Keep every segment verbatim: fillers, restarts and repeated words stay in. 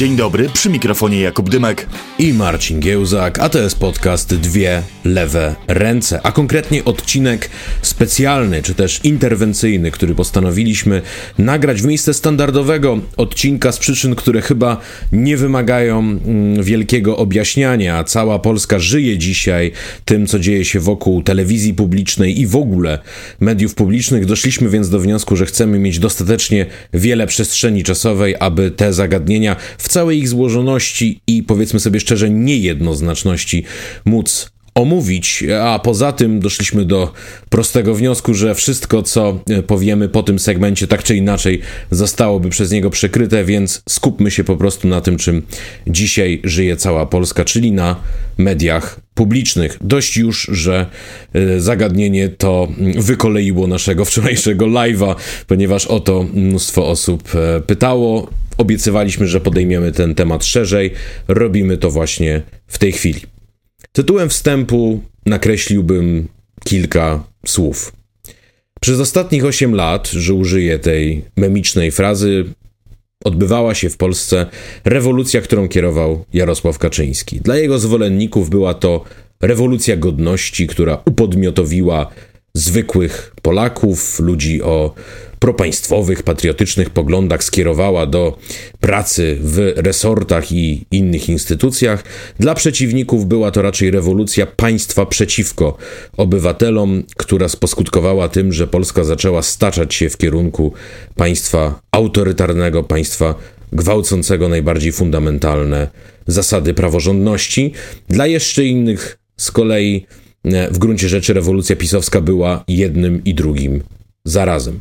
Dzień dobry, przy mikrofonie Jakub Dymek i Marcin Giełzak, a to jest podcast Dwie Lewe Ręce, a konkretnie odcinek specjalny, czy też interwencyjny, który postanowiliśmy nagrać w miejsce standardowego odcinka z przyczyn, które chyba nie wymagają mm, wielkiego objaśniania. Cała Polska żyje dzisiaj tym, co dzieje się wokół telewizji publicznej i w ogóle mediów publicznych. Doszliśmy więc do wniosku, że chcemy mieć dostatecznie wiele przestrzeni czasowej, aby te zagadnienia w całej ich złożoności i, powiedzmy sobie szczerze, niejednoznaczności móc omówić, a poza tym doszliśmy do prostego wniosku, że wszystko, co powiemy po tym segmencie, tak czy inaczej zostałoby przez niego przykryte, więc skupmy się po prostu na tym, czym dzisiaj żyje cała Polska, czyli na mediach publicznych. Dość już, że zagadnienie to wykoleiło naszego wczorajszego live'a, ponieważ o to mnóstwo osób pytało. Obiecywaliśmy, że podejmiemy ten temat szerzej. Robimy to właśnie w tej chwili. Tytułem wstępu nakreśliłbym kilka słów. Przez ostatnich osiem lat, że użyję tej memicznej frazy, odbywała się w Polsce rewolucja, którą kierował Jarosław Kaczyński. Dla jego zwolenników była to rewolucja godności, która upodmiotowiła zwykłych Polaków, ludzi o propaństwowych, patriotycznych poglądach, skierowała do pracy w resortach i innych instytucjach. Dla przeciwników była to raczej rewolucja państwa przeciwko obywatelom, która poskutkowała tym, że Polska zaczęła staczać się w kierunku państwa autorytarnego, państwa gwałcącego najbardziej fundamentalne zasady praworządności. Dla jeszcze innych z kolei w gruncie rzeczy rewolucja pisowska była jednym i drugim zarazem.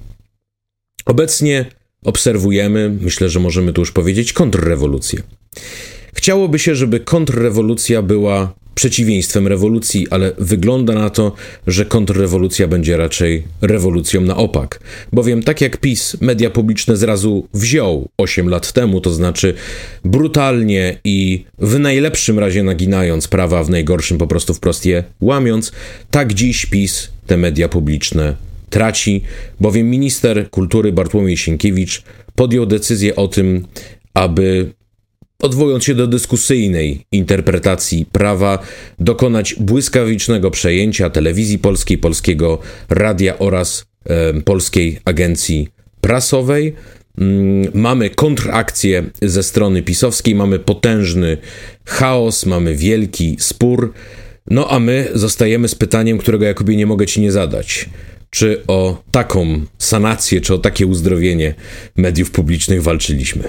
Obecnie obserwujemy, myślę, że możemy tu już powiedzieć, kontrrewolucję. Chciałoby się, żeby kontrrewolucja była przeciwieństwem rewolucji, ale wygląda na to, że kontrrewolucja będzie raczej rewolucją na opak. Bowiem tak jak PiS media publiczne zrazu wziął osiem lat temu, to znaczy brutalnie i w najlepszym razie naginając prawa, a w najgorszym po prostu wprost je łamiąc, tak dziś PiS te media publiczne traci, bowiem minister kultury Bartłomiej Sienkiewicz podjął decyzję o tym, aby odwołując się do dyskusyjnej interpretacji prawa, dokonać błyskawicznego przejęcia Telewizji Polskiej, Polskiego Radia oraz e, Polskiej Agencji Prasowej. Mm, mamy kontrakcję ze strony pisowskiej, mamy potężny chaos, mamy wielki spór, no a my zostajemy z pytaniem, którego Jakubie nie mogę ci nie zadać. Czy o taką sanację, czy o takie uzdrowienie mediów publicznych walczyliśmy?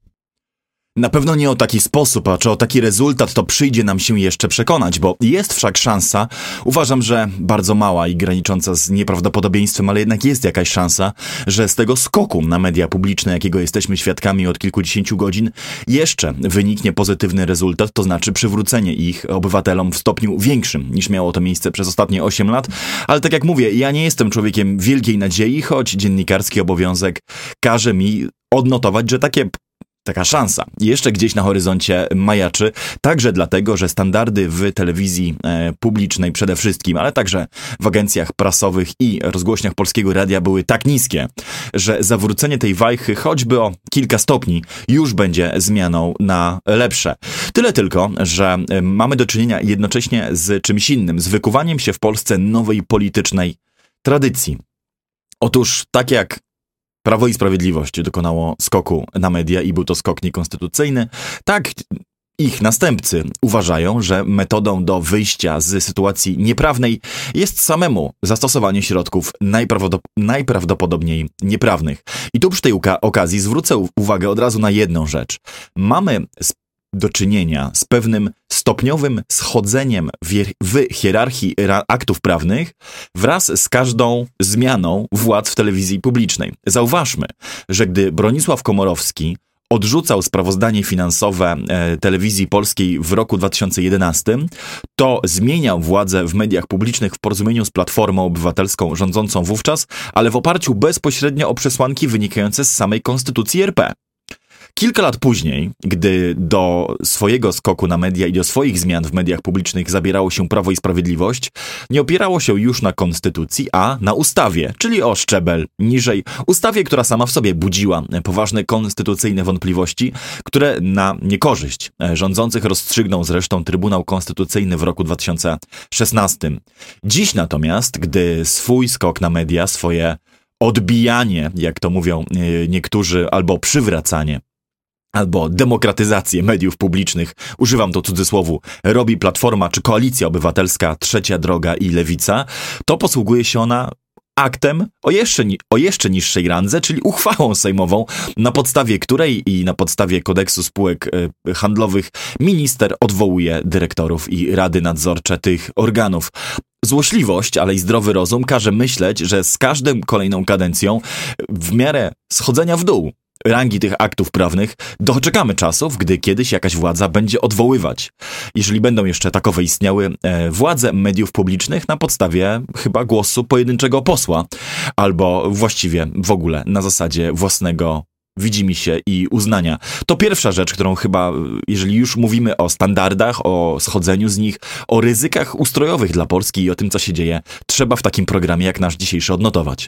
Na pewno nie o taki sposób, a czy o taki rezultat to przyjdzie nam się jeszcze przekonać, bo jest wszak szansa, uważam, że bardzo mała i granicząca z nieprawdopodobieństwem, ale jednak jest jakaś szansa, że z tego skoku na media publiczne, jakiego jesteśmy świadkami od kilkudziesięciu godzin, jeszcze wyniknie pozytywny rezultat, to znaczy przywrócenie ich obywatelom w stopniu większym niż miało to miejsce przez ostatnie osiem lat, ale tak jak mówię, ja nie jestem człowiekiem wielkiej nadziei, choć dziennikarski obowiązek każe mi odnotować, że takie Taka szansa jeszcze gdzieś na horyzoncie majaczy, także dlatego, że standardy w telewizji e, publicznej przede wszystkim, ale także w agencjach prasowych i rozgłośniach Polskiego Radia były tak niskie, że zawrócenie tej wajchy choćby o kilka stopni już będzie zmianą na lepsze. Tyle tylko, że e, mamy do czynienia jednocześnie z czymś innym, z wykuwaniem się w Polsce nowej politycznej tradycji. Otóż tak jak Prawo i Sprawiedliwość dokonało skoku na media i był to skok niekonstytucyjny, tak ich następcy uważają, że metodą do wyjścia z sytuacji nieprawnej jest samemu zastosowanie środków najprawdopod- najprawdopodobniej nieprawnych. I tu przy tej uka- okazji zwrócę uwagę od razu na jedną rzecz. Mamy sp- do czynienia z pewnym stopniowym schodzeniem w, w hierarchii ra- aktów prawnych wraz z każdą zmianą władz w telewizji publicznej. Zauważmy, że gdy Bronisław Komorowski odrzucał sprawozdanie finansowe e, telewizji polskiej w roku dwa tysiące jedenastym, to zmieniał władzę w mediach publicznych w porozumieniu z Platformą Obywatelską rządzącą wówczas, ale w oparciu bezpośrednio o przesłanki wynikające z samej Konstytucji R P. Kilka lat później, gdy do swojego skoku na media i do swoich zmian w mediach publicznych zabierało się Prawo i Sprawiedliwość, nie opierało się już na konstytucji, a na ustawie, czyli o szczebel niżej. Ustawie, która sama w sobie budziła poważne konstytucyjne wątpliwości, które na niekorzyść rządzących rozstrzygnął zresztą Trybunał Konstytucyjny w roku dwa tysiące szesnastym. Dziś natomiast, gdy swój skok na media, swoje odbijanie, jak to mówią niektórzy, albo przywracanie, albo demokratyzację mediów publicznych, używam to cudzysłowu, robi Platforma czy Koalicja Obywatelska, Trzecia Droga i Lewica, to posługuje się ona aktem o jeszcze, o jeszcze niższej randze, czyli uchwałą sejmową, na podstawie której i na podstawie kodeksu spółek y, handlowych minister odwołuje dyrektorów i rady nadzorcze tych organów. Złośliwość, ale i zdrowy rozum każe myśleć, że z każdą kolejną kadencją w miarę schodzenia w dół rangi tych aktów prawnych doczekamy czasów, gdy kiedyś jakaś władza będzie odwoływać. Jeżeli będą jeszcze takowe istniały e, władze mediów publicznych na podstawie chyba głosu pojedynczego posła, albo właściwie w ogóle na zasadzie własnego widzimisię i uznania. To pierwsza rzecz, którą chyba, jeżeli już mówimy o standardach, o schodzeniu z nich, o ryzykach ustrojowych dla Polski i o tym, co się dzieje, trzeba w takim programie jak nasz dzisiejszy odnotować.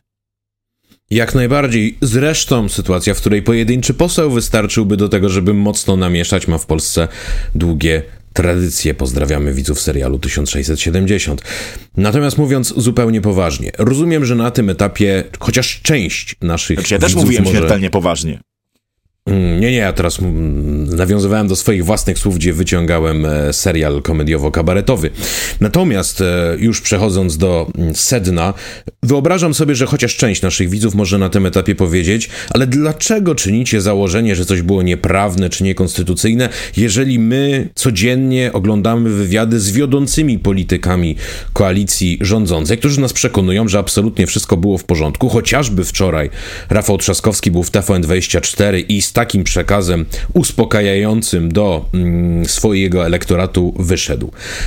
Jak najbardziej. Zresztą sytuacja, w której pojedynczy poseł wystarczyłby do tego, żeby mocno namieszać, ma w Polsce długie tradycje. Pozdrawiamy widzów serialu tysiąc sześćset siedemdziesiąt. Natomiast mówiąc zupełnie poważnie, rozumiem, że na tym etapie chociaż część naszych znaczy, ja widzów też mówiłem może... śmiertelnie poważnie. Nie, nie, ja teraz nawiązywałem do swoich własnych słów, gdzie wyciągałem serial komediowo-kabaretowy. Natomiast już przechodząc do sedna, wyobrażam sobie, że chociaż część naszych widzów może na tym etapie powiedzieć, ale dlaczego czynicie założenie, że coś było nieprawne czy niekonstytucyjne, jeżeli my codziennie oglądamy wywiady z wiodącymi politykami koalicji rządzącej, którzy nas przekonują, że absolutnie wszystko było w porządku, chociażby wczoraj Rafał Trzaskowski był w T V N dwadzieścia cztery i z takim przekazem uspokajającym do mm, swojego elektoratu wyszedł.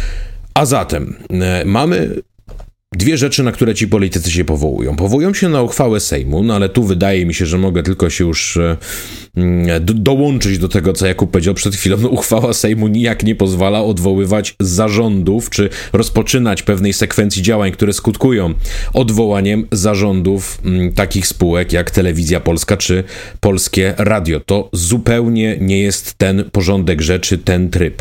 A zatem e, mamy dwie rzeczy, na które ci politycy się powołują. Powołują się na uchwałę Sejmu, no ale tu wydaje mi się, że mogę tylko się już e, do, dołączyć do tego, co Jakub powiedział przed chwilą. No, uchwała Sejmu nijak nie pozwala odwoływać zarządów, czy rozpoczynać pewnej sekwencji działań, które skutkują odwołaniem zarządów m, takich spółek jak Telewizja Polska, czy Polskie Radio. To zupełnie nie jest ten porządek rzeczy, ten tryb.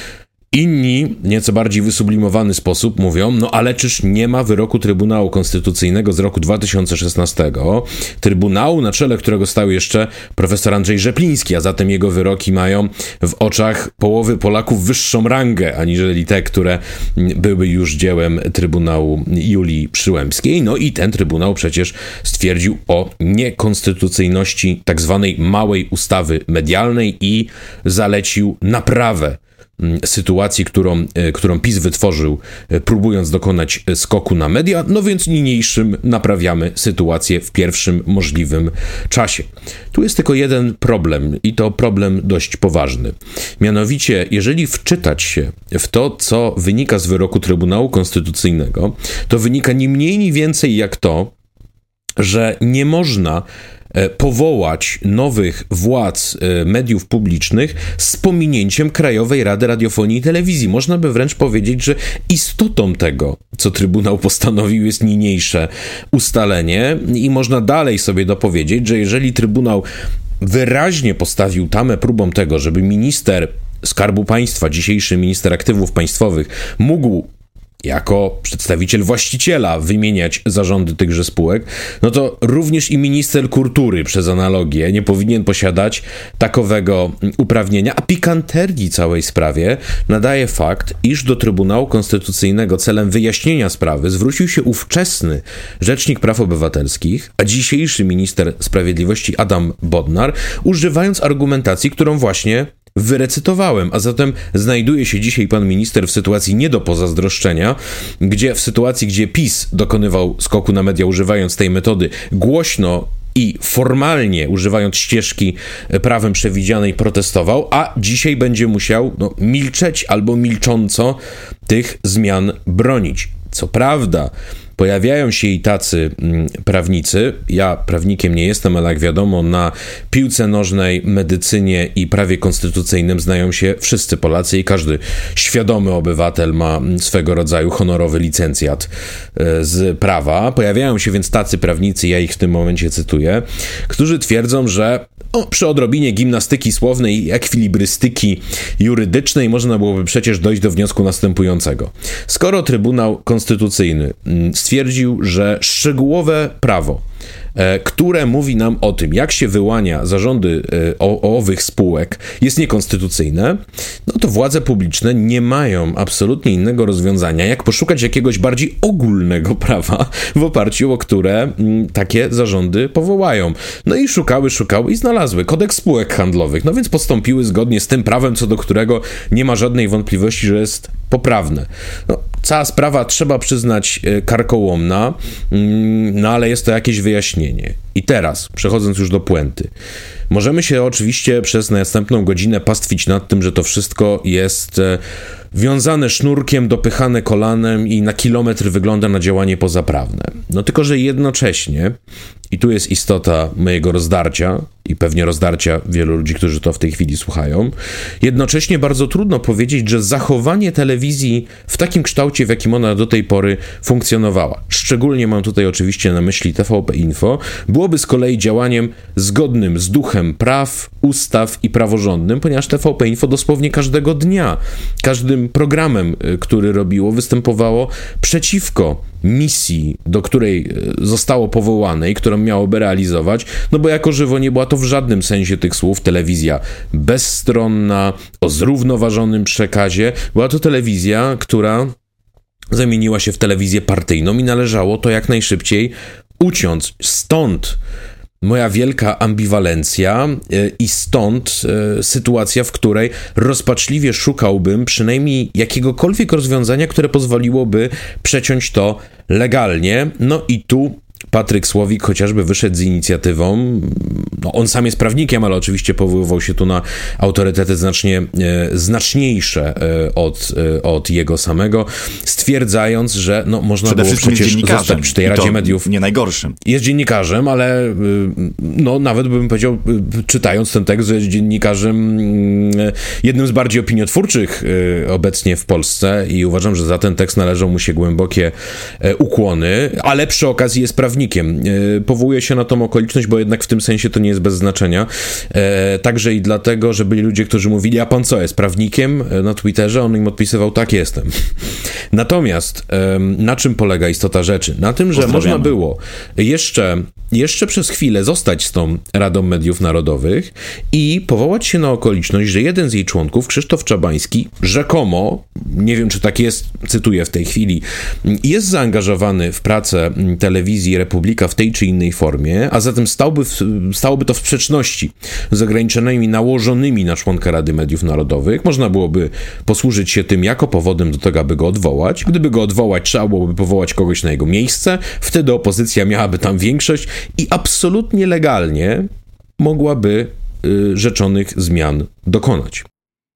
Inni, nieco bardziej wysublimowany sposób mówią, no ale czyż nie ma wyroku Trybunału Konstytucyjnego z roku dwa tysiące szesnastego, Trybunału, na czele którego stał jeszcze profesor Andrzej Rzepliński, a zatem jego wyroki mają w oczach połowy Polaków wyższą rangę, aniżeli te, które były już dziełem Trybunału Julii Przyłębskiej. No i ten Trybunał przecież stwierdził o niekonstytucyjności tak zwanej małej ustawy medialnej i zalecił naprawę sytuacji, którą, którą PiS wytworzył, próbując dokonać skoku na media, no więc niniejszym naprawiamy sytuację w pierwszym możliwym czasie. Tu jest tylko jeden problem i to problem dość poważny. Mianowicie, jeżeli wczytać się w to, co wynika z wyroku Trybunału Konstytucyjnego, to wynika ni mniej, ni więcej jak to, że nie można powołać nowych władz mediów publicznych z pominięciem Krajowej Rady Radiofonii i Telewizji. Można by wręcz powiedzieć, że istotą tego, co Trybunał postanowił, jest niniejsze ustalenie i można dalej sobie dopowiedzieć, że jeżeli Trybunał wyraźnie postawił tamę próbą tego, żeby minister Skarbu Państwa, dzisiejszy minister aktywów państwowych, mógł jako przedstawiciel właściciela wymieniać zarządy tychże spółek, no to również i minister kultury przez analogię nie powinien posiadać takowego uprawnienia, a pikanterii całej sprawie nadaje fakt, iż do Trybunału Konstytucyjnego celem wyjaśnienia sprawy zwrócił się ówczesny Rzecznik Praw Obywatelskich, a dzisiejszy minister sprawiedliwości Adam Bodnar, używając argumentacji, którą właśnie wyrecytowałem, a zatem znajduje się dzisiaj pan minister w sytuacji nie do pozazdroszczenia, gdzie w sytuacji, gdzie PiS dokonywał skoku na media używając tej metody głośno i formalnie, używając ścieżki prawem przewidzianej, protestował, a dzisiaj będzie musiał no, milczeć albo milcząco tych zmian bronić. Co prawda, Pojawiają się i tacy mm, prawnicy. Ja prawnikiem nie jestem, ale jak wiadomo, na piłce nożnej, medycynie i prawie konstytucyjnym znają się wszyscy Polacy i każdy świadomy obywatel ma swego rodzaju honorowy licencjat y, z prawa. Pojawiają się więc tacy prawnicy, ja ich w tym momencie cytuję, którzy twierdzą, że o, przy odrobinie gimnastyki słownej i ekwilibrystyki jurydycznej można byłoby przecież dojść do wniosku następującego. Skoro Trybunał Konstytucyjny stwierdził, że szczegółowe prawo, które mówi nam o tym, jak się wyłania zarządy o, o owych spółek, jest niekonstytucyjne, no to władze publiczne nie mają absolutnie innego rozwiązania, jak poszukać jakiegoś bardziej ogólnego prawa, w oparciu o które m, takie zarządy powołają. No i szukały, szukały i znalazły kodeks spółek handlowych, no więc postąpiły zgodnie z tym prawem, co do którego nie ma żadnej wątpliwości, że jest poprawne. No, cała sprawa, trzeba przyznać, karkołomna, no ale jest to jakieś wyjaśnienie. I teraz, przechodząc już do puenty, możemy się oczywiście przez następną godzinę pastwić nad tym, że to wszystko jest wiązane sznurkiem, dopychane kolanem i na kilometr wygląda na działanie pozaprawne. No tylko, że jednocześnie, i tu jest istota mojego rozdarcia i pewnie rozdarcia wielu ludzi, którzy to w tej chwili słuchają, jednocześnie bardzo trudno powiedzieć, że zachowanie telewizji w takim kształcie, w jakim ona do tej pory funkcjonowała, szczególnie mam tutaj oczywiście na myśli T V P Info, byłoby z kolei działaniem zgodnym z duchem praw, ustaw i praworządnym, ponieważ T V P Info dosłownie każdego dnia, każdym programem, który robiło, występowało przeciwko misji, do której zostało powołane i którą miałoby realizować, no bo jako żywo nie była to w żadnym sensie tych słów telewizja bezstronna, o zrównoważonym przekazie. Była to telewizja, która zamieniła się w telewizję partyjną i należało to jak najszybciej uciąć. Stąd moja wielka ambiwalencja i stąd sytuacja, w której rozpaczliwie szukałbym przynajmniej jakiegokolwiek rozwiązania, które pozwoliłoby przeciąć to legalnie. No i tu Patryk Słowik chociażby wyszedł z inicjatywą, no on sam jest prawnikiem, ale oczywiście powoływał się tu na autorytety znacznie e, znaczniejsze e, od, e, od jego samego, stwierdzając, że no, można Przede było przecież zostać przy tej Radzie Mediów. Nie najgorszym. Jest dziennikarzem, ale e, no nawet bym powiedział, e, czytając ten tekst, że jest dziennikarzem e, jednym z bardziej opiniotwórczych e, obecnie w Polsce i uważam, że za ten tekst należą mu się głębokie e, ukłony, ale przy okazji jest prawnikiem. Powołuję się na tą okoliczność, bo jednak w tym sensie to nie jest bez znaczenia. E, także i dlatego, że byli ludzie, którzy mówili, a pan co, jest prawnikiem na Twitterze? On im odpisywał, tak jestem. Natomiast e, na czym polega istota rzeczy? Na tym, że można było jeszcze, jeszcze przez chwilę zostać z tą Radą Mediów Narodowych i powołać się na okoliczność, że jeden z jej członków, Krzysztof Czabański, rzekomo, nie wiem czy tak jest, cytuję w tej chwili, jest zaangażowany w pracę telewizji Republika w tej czy innej formie, a zatem stałby w, stałoby to w sprzeczności z ograniczeniami nałożonymi na członka Rady Mediów Narodowych. Można byłoby posłużyć się tym jako powodem do tego, aby go odwołać. Gdyby go odwołać, trzeba byłoby powołać kogoś na jego miejsce, wtedy opozycja miałaby tam większość i absolutnie legalnie mogłaby y, rzeczonych zmian dokonać.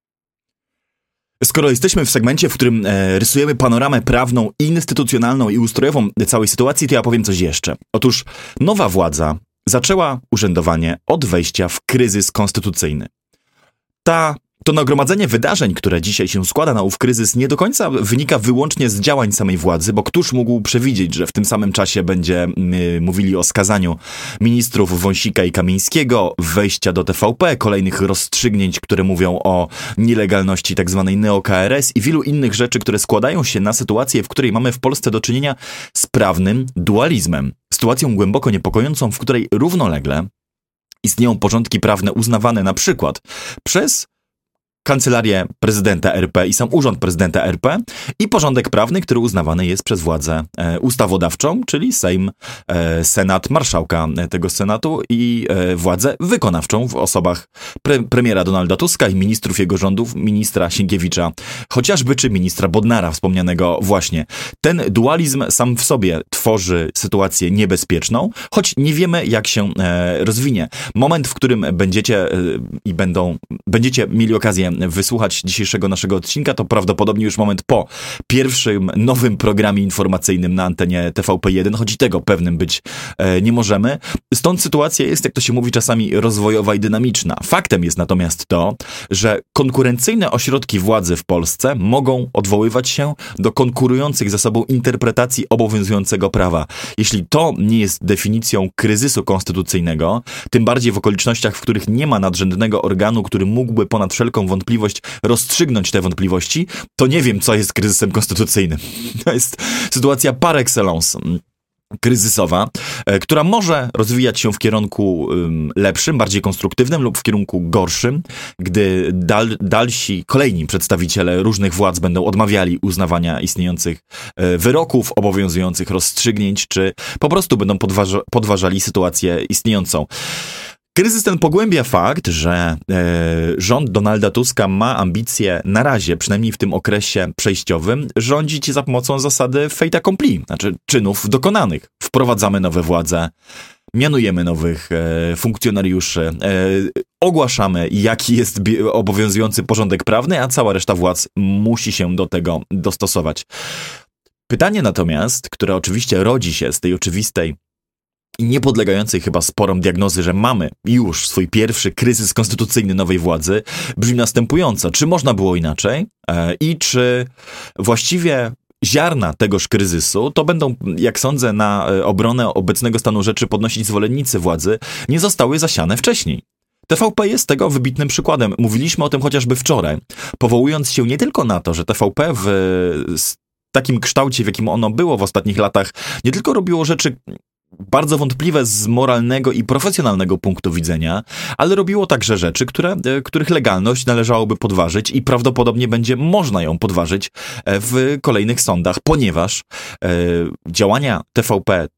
Skoro jesteśmy w segmencie, w którym e, rysujemy panoramę prawną, instytucjonalną i ustrojową całej sytuacji, to ja powiem coś jeszcze. Otóż nowa władza zaczęła urzędowanie od wejścia w kryzys konstytucyjny. Ta To nagromadzenie wydarzeń, które dzisiaj się składa na ów kryzys, nie do końca wynika wyłącznie z działań samej władzy, bo któż mógł przewidzieć, że w tym samym czasie będzie yy, mówili o skazaniu ministrów Wąsika i Kamińskiego, wejścia do T V P, kolejnych rozstrzygnięć, które mówią o nielegalności tzw. neo-K R S i wielu innych rzeczy, które składają się na sytuację, w której mamy w Polsce do czynienia z prawnym dualizmem. Sytuacją głęboko niepokojącą, w której równolegle istnieją porządki prawne uznawane na przykład przez Kancelarię Prezydenta R P i sam Urząd Prezydenta R P i porządek prawny, który uznawany jest przez władzę e, ustawodawczą, czyli Sejm, e, Senat, marszałka tego Senatu i e, władzę wykonawczą w osobach pre, premiera Donalda Tuska i ministrów jego rządów, ministra Sienkiewicza chociażby, czy ministra Bodnara wspomnianego właśnie. Ten dualizm sam w sobie tworzy sytuację niebezpieczną, choć nie wiemy, jak się e, rozwinie. Moment, w którym będziecie e, i będą, będziecie mieli okazję wysłuchać dzisiejszego naszego odcinka, to prawdopodobnie już moment po pierwszym nowym programie informacyjnym na antenie T V P jeden, choć i tego pewnym być e, nie możemy. Stąd sytuacja jest, jak to się mówi czasami, rozwojowa i dynamiczna. Faktem jest natomiast to, że konkurencyjne ośrodki władzy w Polsce mogą odwoływać się do konkurujących ze sobą interpretacji obowiązującego prawa. Jeśli to nie jest definicją kryzysu konstytucyjnego, tym bardziej w okolicznościach, w których nie ma nadrzędnego organu, który mógłby ponad wszelką wątpliwość rozstrzygnąć te wątpliwości, to nie wiem, co jest kryzysem konstytucyjnym. To jest sytuacja par excellence kryzysowa, która może rozwijać się w kierunku lepszym, bardziej konstruktywnym lub w kierunku gorszym, gdy dal, dalsi, kolejni przedstawiciele różnych władz będą odmawiali uznawania istniejących wyroków, obowiązujących rozstrzygnięć, czy po prostu będą podważa, podważali sytuację istniejącą. Kryzys ten pogłębia fakt, że e, rząd Donalda Tuska ma ambicje na razie, przynajmniej w tym okresie przejściowym, rządzić za pomocą zasady fait accompli, znaczy czynów dokonanych. Wprowadzamy nowe władze, mianujemy nowych e, funkcjonariuszy, e, ogłaszamy, jaki jest bi- obowiązujący porządek prawny, a cała reszta władz musi się do tego dostosować. Pytanie natomiast, które oczywiście rodzi się z tej oczywistej i niepodlegającej chyba sporom diagnozy, że mamy już swój pierwszy kryzys konstytucyjny nowej władzy, brzmi następująco. Czy można było inaczej? E, I czy właściwie ziarna tegoż kryzysu to będą, jak sądzę, na obronę obecnego stanu rzeczy podnosić zwolennicy władzy, nie zostały zasiane wcześniej? T V P jest tego wybitnym przykładem. Mówiliśmy o tym chociażby wczoraj, powołując się nie tylko na to, że T V P w takim kształcie, w jakim ono było w ostatnich latach, nie tylko robiło rzeczy bardzo wątpliwe z moralnego i profesjonalnego punktu widzenia, ale robiło także rzeczy, które, których legalność należałoby podważyć i prawdopodobnie będzie można ją podważyć w kolejnych sądach, ponieważ e, działania T V P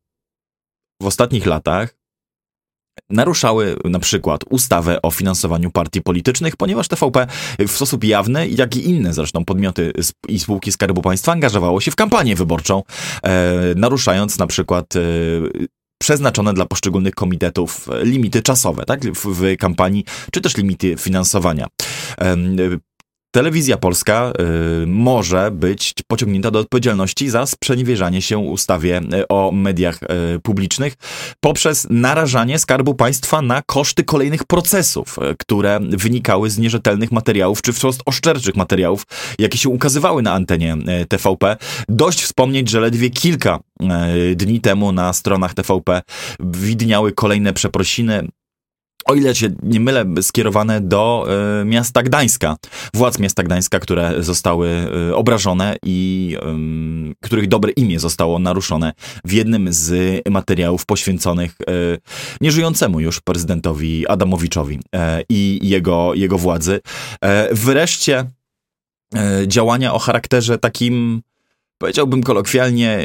w ostatnich latach naruszały na przykład ustawę o finansowaniu partii politycznych, ponieważ T V P w sposób jawny, jak i inne zresztą podmioty i spółki Skarbu Państwa angażowało się w kampanię wyborczą, e, naruszając na przykład e, przeznaczone dla poszczególnych komitetów limity czasowe, tak, w, w kampanii, czy też limity finansowania. E, Telewizja Polska y, może być pociągnięta do odpowiedzialności za sprzeniewierzanie się ustawie y, o mediach y, publicznych poprzez narażanie Skarbu Państwa na koszty kolejnych procesów, y, które wynikały z nierzetelnych materiałów, czy wprost oszczerczych materiałów, jakie się ukazywały na antenie y, T V P. Dość wspomnieć, że ledwie kilka y, dni temu na stronach T V P widniały kolejne przeprosiny, o ile się nie mylę, skierowane do y, miasta Gdańska, władz miasta Gdańska, które zostały y, obrażone i y, których dobre imię zostało naruszone w jednym z materiałów poświęconych y, nieżyjącemu już prezydentowi Adamowiczowi y, i jego, jego władzy. Y, wreszcie y, działania o charakterze takim, powiedziałbym kolokwialnie,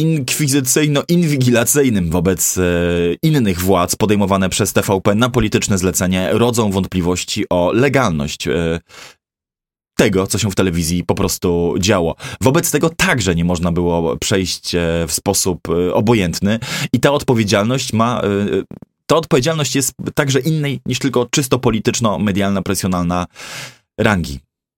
inkwizycyjno-inwigilacyjnym wobec e, innych władz podejmowane przez T V P na polityczne zlecenie rodzą wątpliwości o legalność e, tego, co się w telewizji po prostu działo. Wobec tego także nie można było przejść e, w sposób e, obojętny i ta odpowiedzialność ma... E, ta odpowiedzialność jest także innej niż tylko czysto polityczno-medialna, presjonalna rangi.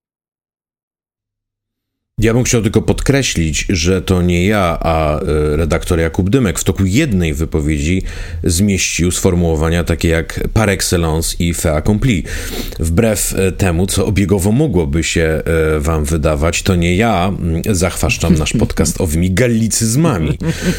Ja bym chciał tylko podkreślić, że to nie ja, a redaktor Jakub Dymek w toku jednej wypowiedzi zmieścił sformułowania takie jak par excellence i fait accompli. Wbrew temu, co obiegowo mogłoby się wam wydawać, to nie ja zachwaszczam nasz podcast owymi gallicyzmami.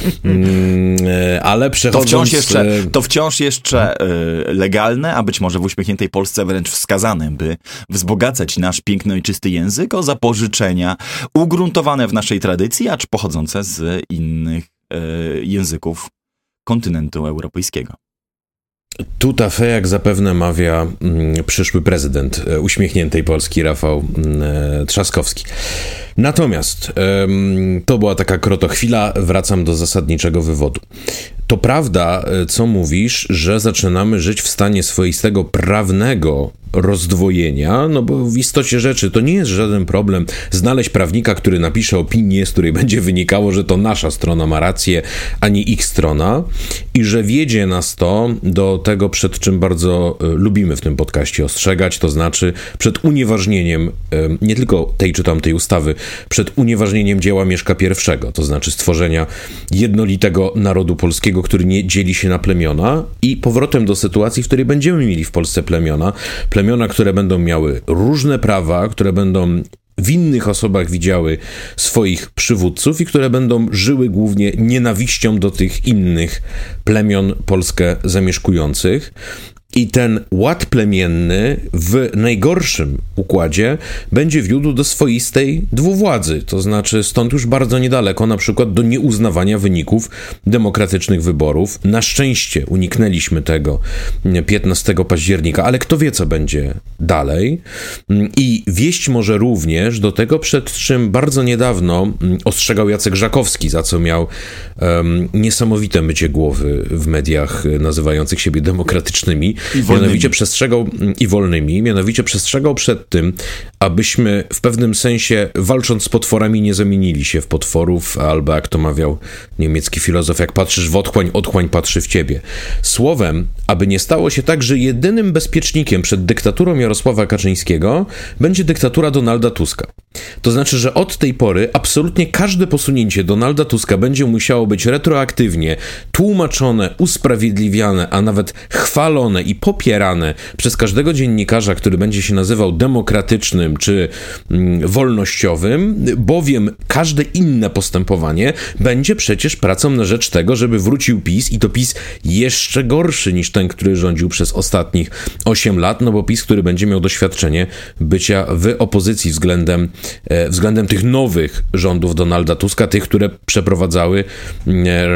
Ale przechodząc... To wciąż jeszcze, to wciąż jeszcze legalne, a być może w uśmiechniętej Polsce wręcz wskazane, by wzbogacać nasz piękny ojczysty język o zapożyczenia ugruntowane w naszej tradycji, acz pochodzące z innych e, języków kontynentu europejskiego. Tuta fe, jak zapewne mawia mm, przyszły prezydent e, uśmiechniętej Polski, Rafał mm, Trzaskowski. Natomiast ym, to była taka krotochwila, wracam do zasadniczego wywodu. To prawda, co mówisz, że zaczynamy żyć w stanie swoistego prawnego rozdwojenia, no bo w istocie rzeczy to nie jest żaden problem znaleźć prawnika, który napisze opinię, z której będzie wynikało, że to nasza strona ma rację, a nie ich strona i że wiedzie nas to do tego, przed czym bardzo lubimy w tym podcaście ostrzegać, to znaczy przed unieważnieniem nie tylko tej czy tamtej ustawy, przed unieważnieniem dzieła Mieszka pierwszego, to znaczy stworzenia jednolitego narodu polskiego, który nie dzieli się na plemiona i powrotem do sytuacji, w której będziemy mieli w Polsce plemiona, plemiona, które będą miały różne prawa, które będą w innych osobach widziały swoich przywódców i które będą żyły głównie nienawiścią do tych innych plemion Polskę zamieszkujących. I ten ład plemienny w najgorszym układzie będzie wiódł do swoistej dwuwładzy, to znaczy stąd już bardzo niedaleko, na przykład do nieuznawania wyników demokratycznych wyborów. Na szczęście uniknęliśmy tego piętnastego października, ale kto wie, co będzie dalej. I wieść może również do tego, przed czym bardzo niedawno ostrzegał Jacek Żakowski, za co miał um, niesamowite mycie głowy w mediach nazywających siebie demokratycznymi. Mianowicie przestrzegał i wolnymi, mianowicie przestrzegał przed tym, abyśmy w pewnym sensie, walcząc z potworami, nie zamienili się w potworów, albo jak to mawiał niemiecki filozof, jak patrzysz w otchłań, otchłań patrzy w ciebie. Słowem, aby nie stało się tak, że jedynym bezpiecznikiem przed dyktaturą Jarosława Kaczyńskiego będzie dyktatura Donalda Tuska. To znaczy, że od tej pory absolutnie każde posunięcie Donalda Tuska będzie musiało być retroaktywnie tłumaczone, usprawiedliwiane, a nawet chwalone i popierane przez każdego dziennikarza, który będzie się nazywał demokratycznym czy mm, wolnościowym, bowiem każde inne postępowanie będzie przecież pracą na rzecz tego, żeby wrócił PiS i to PiS jeszcze gorszy niż ten, który rządził przez ostatnich osiem lat, no bo PiS, który będzie miał doświadczenie bycia w opozycji względem, e, względem tych nowych rządów Donalda Tuska, tych, które przeprowadzały e,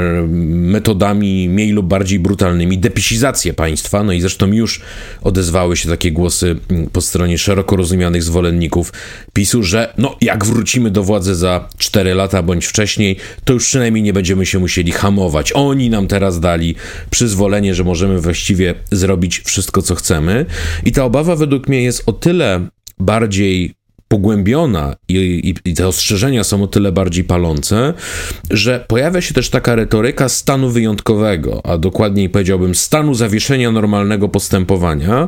metodami mniej lub bardziej brutalnymi depisizację państwa, no i zresztą już odezwały się takie głosy po stronie szeroko rozumianych zwolenników PiSu, że no jak wrócimy do władzy za cztery lata bądź wcześniej, to już przynajmniej nie będziemy się musieli hamować. Oni nam teraz dali przyzwolenie, że możemy właściwie zrobić wszystko, co chcemy. I ta obawa według mnie jest o tyle bardziej pogłębiona i, i, i te ostrzeżenia są o tyle bardziej palące, że pojawia się też taka retoryka stanu wyjątkowego, a dokładniej powiedziałbym stanu zawieszenia normalnego postępowania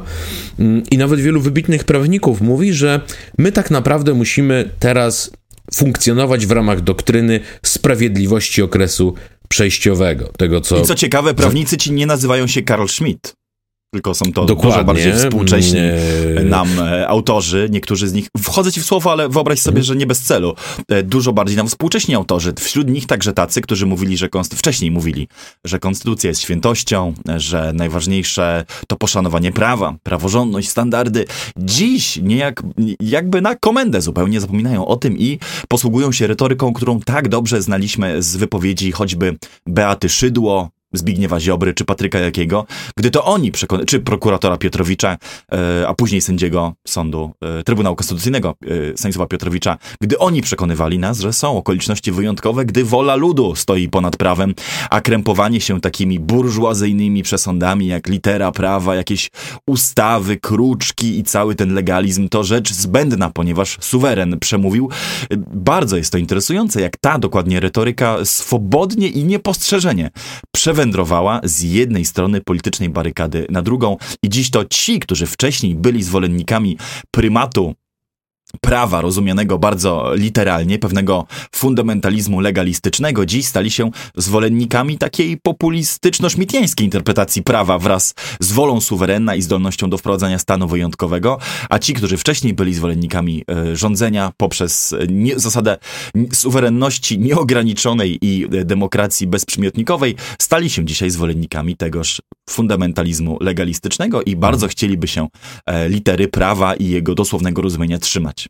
i nawet wielu wybitnych prawników mówi, że my tak naprawdę musimy teraz funkcjonować w ramach doktryny sprawiedliwości okresu przejściowego. Tego, co... I co ciekawe, prawnicy ci nie nazywają się Karl Schmitt. Tylko są to Dokładnie. dużo bardziej współcześni nam e, autorzy, niektórzy z nich, wchodzę ci w słowo, ale wyobraź sobie, mm. że nie bez celu, e, dużo bardziej nam współcześni autorzy, wśród nich także tacy, którzy mówili, że konst- wcześniej mówili, że konstytucja jest świętością, że najważniejsze to poszanowanie prawa, praworządność, standardy. Dziś niejak, jakby na komendę zupełnie zapominają o tym i posługują się retoryką, którą tak dobrze znaliśmy z wypowiedzi choćby Beaty Szydło, Zbigniewa Ziobry czy Patryka Jakiego, gdy to oni przekonali, czy prokuratora Piotrowicza, e, a później sędziego sądu e, Trybunału Konstytucyjnego e, Stanisława Piotrowicza, gdy oni przekonywali nas, że są okoliczności wyjątkowe, gdy wola ludu stoi ponad prawem, a krępowanie się takimi burżuazyjnymi przesądami jak litera prawa, jakieś ustawy, kruczki i cały ten legalizm to rzecz zbędna, ponieważ suweren przemówił. E, bardzo jest to interesujące, jak ta dokładnie retoryka swobodnie i niepostrzeżenie przewodnicząca wędrowała z jednej strony politycznej barykady na drugą i dziś to ci, którzy wcześniej byli zwolennikami prymatu prawa rozumianego bardzo literalnie, pewnego fundamentalizmu legalistycznego, dziś stali się zwolennikami takiej populistyczno-szmitiańskiej interpretacji prawa wraz z wolą suwerenna i zdolnością do wprowadzania stanu wyjątkowego, a ci, którzy wcześniej byli zwolennikami e, rządzenia poprzez nie, zasadę suwerenności nieograniczonej i e, demokracji bezprzymiotnikowej, stali się dzisiaj zwolennikami tegoż fundamentalizmu legalistycznego i bardzo chcieliby się e, litery prawa i jego dosłownego rozumienia trzymać.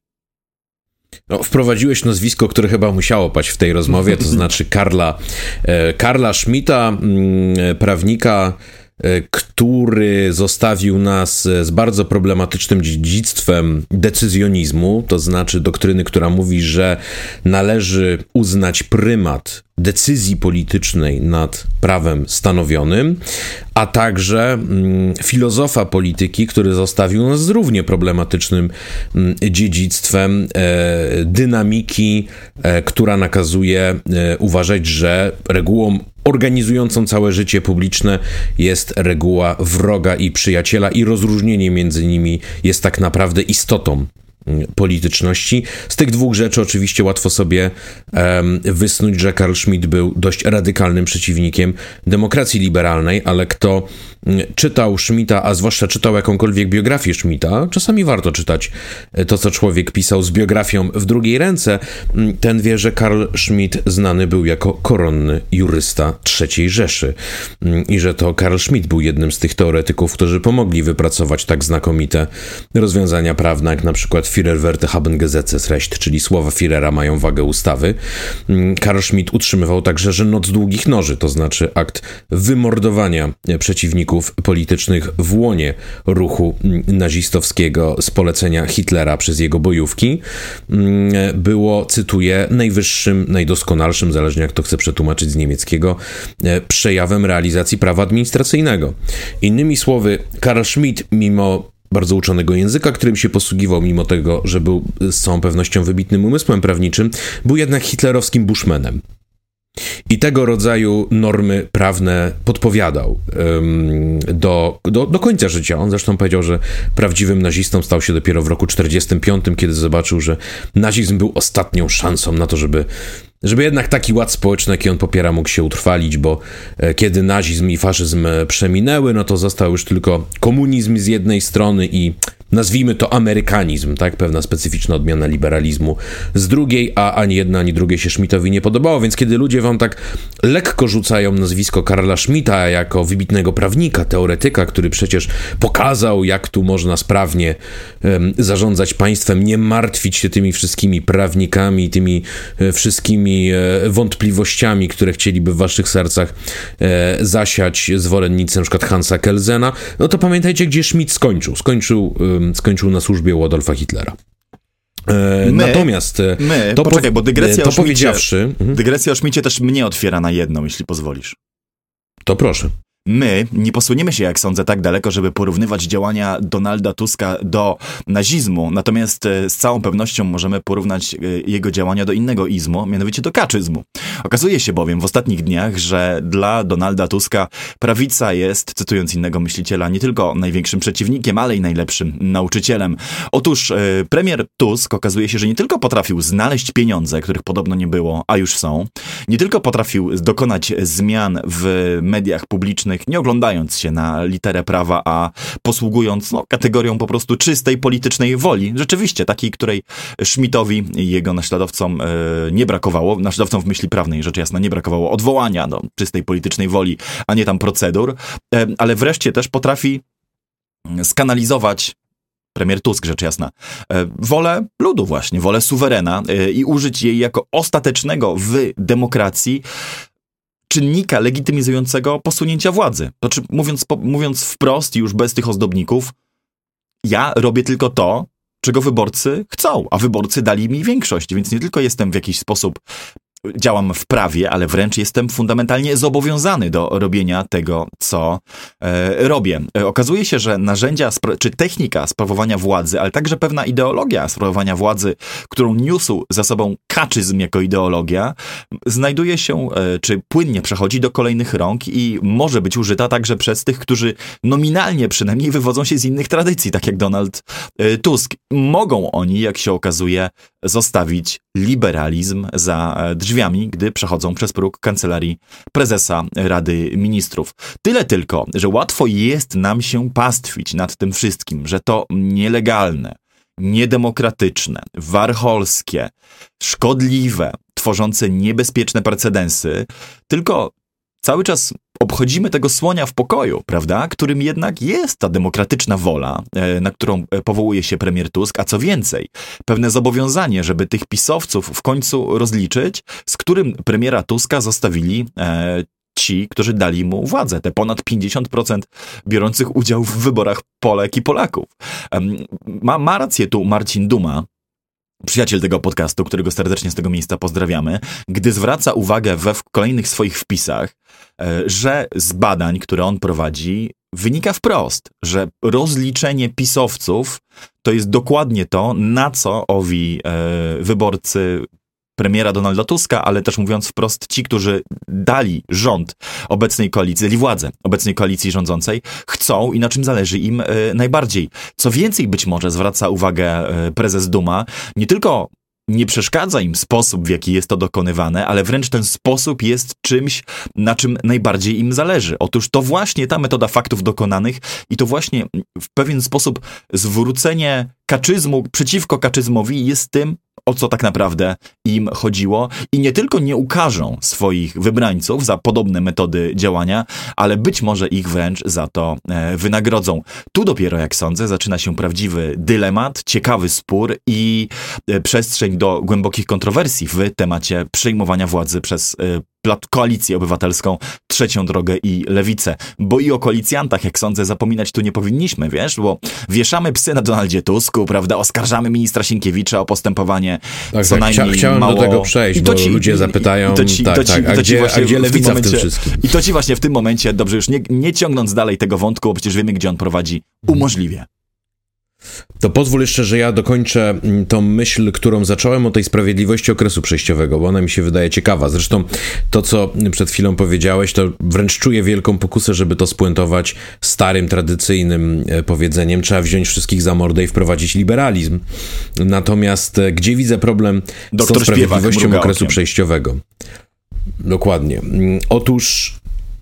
No, wprowadziłeś nazwisko, które chyba musiało paść w tej rozmowie, to znaczy Karla, e, Karla Schmitta, m, prawnika który zostawił nas z bardzo problematycznym dziedzictwem decyzjonizmu, to znaczy doktryny, która mówi, że należy uznać prymat decyzji politycznej nad prawem stanowionym, a także mm, filozofa polityki, który zostawił nas z równie problematycznym mm, dziedzictwem e, dynamiki, e, która nakazuje e, uważać, że regułą organizującą całe życie publiczne jest reguła wroga i przyjaciela i rozróżnienie między nimi jest tak naprawdę istotą polityczności. Z tych dwóch rzeczy oczywiście łatwo sobie um, wysnuć, że Carl Schmitt był dość radykalnym przeciwnikiem demokracji liberalnej, ale kto czytał Schmitta, a zwłaszcza czytał jakąkolwiek biografię Schmitta, czasami warto czytać to, co człowiek pisał z biografią w drugiej ręce, ten wie, że Carl Schmitt znany był jako koronny jurysta trzeciej Rzeszy i że to Carl Schmitt był jednym z tych teoretyków, którzy pomogli wypracować tak znakomite rozwiązania prawne, jak na przykład Führerwerte haben Gesetzesrecht, czyli słowa Führera mają wagę ustawy. Carl Schmitt utrzymywał także, że noc długich noży, to znaczy akt wymordowania przeciwników politycznych w łonie ruchu nazistowskiego z polecenia Hitlera przez jego bojówki, było, cytuję, najwyższym, najdoskonalszym, zależnie jak to chce przetłumaczyć z niemieckiego, przejawem realizacji prawa administracyjnego. Innymi słowy, Carl Schmitt, mimo bardzo uczonego języka, którym się posługiwał, mimo tego, że był z całą pewnością wybitnym umysłem prawniczym, był jednak hitlerowskim bushmanem. I tego rodzaju normy prawne podpowiadał um, do, do, do końca życia. On zresztą powiedział, że prawdziwym nazistą stał się dopiero w roku czterdziestym piątym, kiedy zobaczył, że nazizm był ostatnią szansą na to, żeby Żeby jednak taki ład społeczny, jaki on popiera, mógł się utrwalić, bo kiedy nazizm i faszyzm przeminęły, no to został już tylko komunizm z jednej strony i nazwijmy to amerykanizm, tak? Pewna specyficzna odmiana liberalizmu z drugiej, a ani jedna, ani drugie się Schmittowi nie podobało, więc kiedy ludzie wam tak lekko rzucają nazwisko Carla Schmitta jako wybitnego prawnika, teoretyka, który przecież pokazał, jak tu można sprawnie um, zarządzać państwem, nie martwić się tymi wszystkimi prawnikami, tymi e, wszystkimi e, wątpliwościami, które chcieliby w waszych sercach e, zasiać zwolennicy na przykład Hansa Kelsena, no to pamiętajcie, gdzie Schmitt skończył. Skończył um, skończył na służbie u Adolfa Hitlera. E, my, natomiast my, to, poczekaj, bo dygresja, to o Schmitcie, powiedziawszy, dygresja o Schmitcie też mnie otwiera na jedną, jeśli pozwolisz. To proszę. My nie posuniemy się, jak sądzę, tak daleko, żeby porównywać działania Donalda Tuska do nazizmu, natomiast z całą pewnością możemy porównać jego działania do innego izmu, mianowicie do kaczyzmu. Okazuje się bowiem w ostatnich dniach, że dla Donalda Tuska prawica jest, cytując innego myśliciela, nie tylko największym przeciwnikiem, ale i najlepszym nauczycielem. Otóż e, premier Tusk okazuje się, że nie tylko potrafił znaleźć pieniądze, których podobno nie było, a już są, nie tylko potrafił dokonać zmian w mediach publicznych, nie oglądając się na literę prawa, a posługując no, kategorią po prostu czystej politycznej woli. Rzeczywiście, takiej, której Schmittowi i jego naśladowcom e, nie brakowało, naśladowcom w myśli prawnej rzecz jasna nie brakowało odwołania do czystej politycznej woli, a nie tam procedur, e, ale wreszcie też potrafi skanalizować premier Tusk, rzecz jasna, e, wolę ludu właśnie, wolę suwerena e, i użyć jej jako ostatecznego w demokracji czynnika legitymizującego posunięcia władzy. Znaczy, mówiąc, po, mówiąc wprost, już bez tych ozdobników, ja robię tylko to, czego wyborcy chcą, a wyborcy dali mi większość, więc nie tylko jestem w jakiś sposób, działam w prawie, ale wręcz jestem fundamentalnie zobowiązany do robienia tego, co e, robię. E, okazuje się, że narzędzia, spra- czy technika sprawowania władzy, ale także pewna ideologia sprawowania władzy, którą niósł za sobą kaczyzm jako ideologia, znajduje się, e, czy płynnie przechodzi do kolejnych rąk i może być użyta także przez tych, którzy nominalnie przynajmniej wywodzą się z innych tradycji, tak jak Donald e, Tusk. Mogą oni, jak się okazuje, zostawić liberalizm za drzwiami, gdy przechodzą przez próg kancelarii prezesa Rady Ministrów. Tyle tylko, że łatwo jest nam się pastwić nad tym wszystkim, że to nielegalne, niedemokratyczne, warcholskie, szkodliwe, tworzące niebezpieczne precedensy, tylko cały czas obchodzimy tego słonia w pokoju, prawda? Którym jednak jest ta demokratyczna wola, na którą powołuje się premier Tusk, a co więcej, pewne zobowiązanie, żeby tych pisowców w końcu rozliczyć, z którym premiera Tuska zostawili e, ci, którzy dali mu władzę, te ponad pięćdziesiąt procent biorących udział w wyborach Polek i Polaków. Ma, ma rację tu Marcin Duma, przyjaciel tego podcastu, którego serdecznie z tego miejsca pozdrawiamy, gdy zwraca uwagę we w kolejnych swoich wpisach, że z badań, które on prowadzi, wynika wprost, że rozliczenie pisowców to jest dokładnie to, na co owi e, wyborcy premiera Donalda Tuska, ale też mówiąc wprost, ci, którzy dali rząd obecnej koalicji, dali władzę obecnej koalicji rządzącej, chcą i na czym zależy im e, najbardziej. Co więcej, być może zwraca uwagę e, prezes Duma, nie tylko nie przeszkadza im sposób, w jaki jest to dokonywane, ale wręcz ten sposób jest czymś, na czym najbardziej im zależy. Otóż to właśnie ta metoda faktów dokonanych i to właśnie w pewien sposób zwrócenie kaczyzmu przeciwko kaczyzmowi jest tym, o co tak naprawdę im chodziło i nie tylko nie ukarzą swoich wybrańców za podobne metody działania, ale być może ich wręcz za to e, wynagrodzą. Tu dopiero, jak sądzę, zaczyna się prawdziwy dylemat, ciekawy spór i e, przestrzeń do głębokich kontrowersji w temacie przejmowania władzy przez e, Koalicję Obywatelską, Trzecią Drogę i Lewicę. Bo i o koalicjantach, jak sądzę, zapominać tu nie powinniśmy, wiesz? Bo wieszamy psy na Donaldzie Tusku, prawda? Oskarżamy ministra Sienkiewicza o postępowanie tak, co tak. najmniej Chcia, Chciałem mało... do tego przejść, I to bo ci, ludzie zapytają, i to ci, tak, to ci, tak, a, to ci gdzie, a gdzie Lewica w tym, momencie, w tym wszystkim? I to ci właśnie w tym momencie, dobrze, już nie, nie ciągnąc dalej tego wątku, bo przecież wiemy, gdzie on prowadzi, umożliwia. To pozwól jeszcze, że ja dokończę tą myśl, którą zacząłem o tej sprawiedliwości okresu przejściowego, bo ona mi się wydaje ciekawa. Zresztą to, co przed chwilą powiedziałeś, to wręcz czuję wielką pokusę, żeby to spuentować starym, tradycyjnym powiedzeniem. Trzeba wziąć wszystkich za mordę i wprowadzić liberalizm. Natomiast gdzie widzę problem z tą sprawiedliwością okresu przejściowego? Dokładnie. Otóż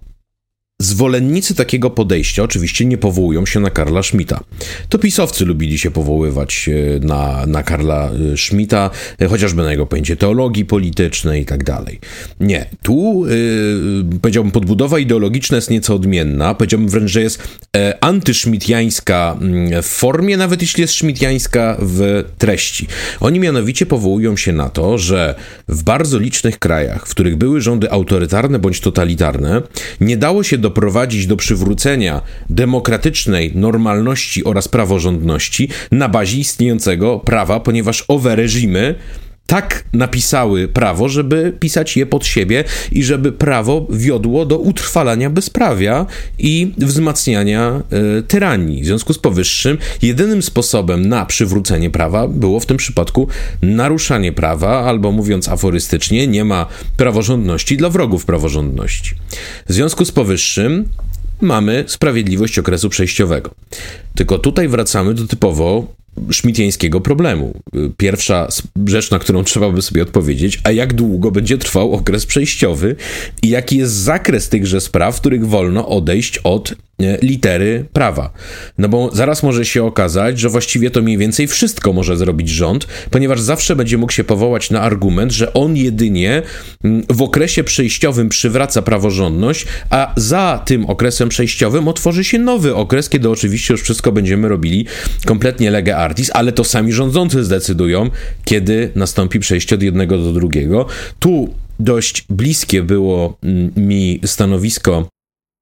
zwolennicy takiego podejścia oczywiście nie powołują się na Karla Schmitta. To pisowcy lubili się powoływać na, na Karla Schmitta, chociażby na jego pojęcie teologii politycznej i tak dalej. Nie, tu yy, powiedziałbym podbudowa ideologiczna jest nieco odmienna, powiedziałbym wręcz, że jest e, antyszmitjańska w formie, nawet jeśli jest szmitjańska w treści. Oni mianowicie powołują się na to, że w bardzo licznych krajach, w których były rządy autorytarne bądź totalitarne, nie dało się do doprowadzić do przywrócenia demokratycznej normalności oraz praworządności na bazie istniejącego prawa, ponieważ owe reżimy tak napisały prawo, żeby pisać je pod siebie i żeby prawo wiodło do utrwalania bezprawia i wzmacniania y, tyranii. W związku z powyższym jedynym sposobem na przywrócenie prawa było w tym przypadku naruszanie prawa, albo mówiąc aforystycznie, nie ma praworządności dla wrogów praworządności. W związku z powyższym mamy sprawiedliwość okresu przejściowego. Tylko tutaj wracamy do typowo szmitjańskiego problemu. Pierwsza rzecz, na którą trzeba by sobie odpowiedzieć, a jak długo będzie trwał okres przejściowy i jaki jest zakres tychże spraw, w których wolno odejść od litery prawa. No bo zaraz może się okazać, że właściwie to mniej więcej wszystko może zrobić rząd, ponieważ zawsze będzie mógł się powołać na argument, że on jedynie w okresie przejściowym przywraca praworządność, a za tym okresem przejściowym otworzy się nowy okres, kiedy oczywiście już wszystko będziemy robili kompletnie lege artis, ale to sami rządzący zdecydują, kiedy nastąpi przejście od jednego do drugiego. Tu dość bliskie było mi stanowisko,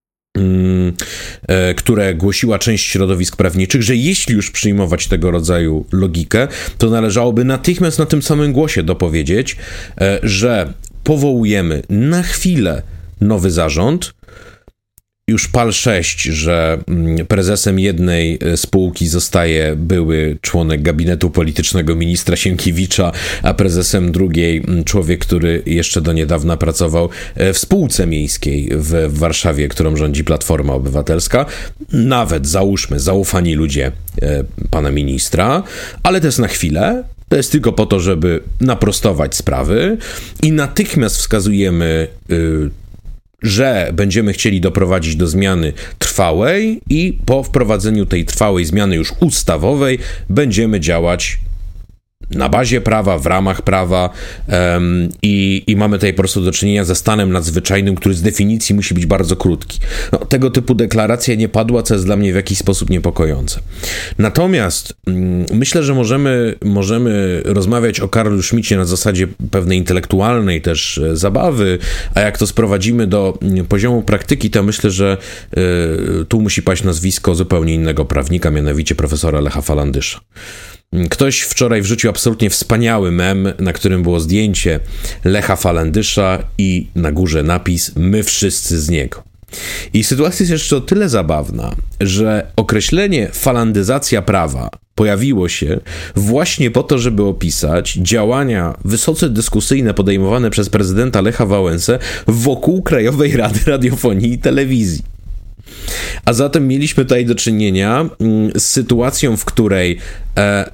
które głosiła część środowisk prawniczych, że jeśli już przyjmować tego rodzaju logikę, to należałoby natychmiast na tym samym głosie dopowiedzieć, że powołujemy na chwilę nowy zarząd. Już pal sześć, że prezesem jednej spółki zostaje były członek gabinetu politycznego ministra Sienkiewicza, a prezesem drugiej człowiek, który jeszcze do niedawna pracował w spółce miejskiej w Warszawie, którą rządzi Platforma Obywatelska. Nawet, załóżmy, zaufani ludzie pana ministra, ale to jest na chwilę. To jest tylko po to, żeby naprostować sprawy i natychmiast wskazujemy yy, że będziemy chcieli doprowadzić do zmiany trwałej i po wprowadzeniu tej trwałej zmiany już ustawowej będziemy działać na bazie prawa, w ramach prawa um, i, i mamy tutaj po prostu do czynienia ze stanem nadzwyczajnym, który z definicji musi być bardzo krótki. No, tego typu deklaracja nie padła, co jest dla mnie w jakiś sposób niepokojące. Natomiast um, myślę, że możemy, możemy rozmawiać o Karlu Schmitcie na zasadzie pewnej intelektualnej też e, zabawy, a jak to sprowadzimy do um, poziomu praktyki, to myślę, że e, tu musi paść nazwisko zupełnie innego prawnika, mianowicie profesora Lecha Falandysza. Ktoś wczoraj wrzucił absolutnie wspaniały mem, na którym było zdjęcie Lecha Falandysza i na górze napis "My wszyscy z niego". I sytuacja jest jeszcze o tyle zabawna, że określenie falandyzacja prawa pojawiło się właśnie po to, żeby opisać działania wysoce dyskusyjne podejmowane przez prezydenta Lecha Wałęsę wokół Krajowej Rady Radiofonii i Telewizji. A zatem mieliśmy tutaj do czynienia z sytuacją, w której e, e,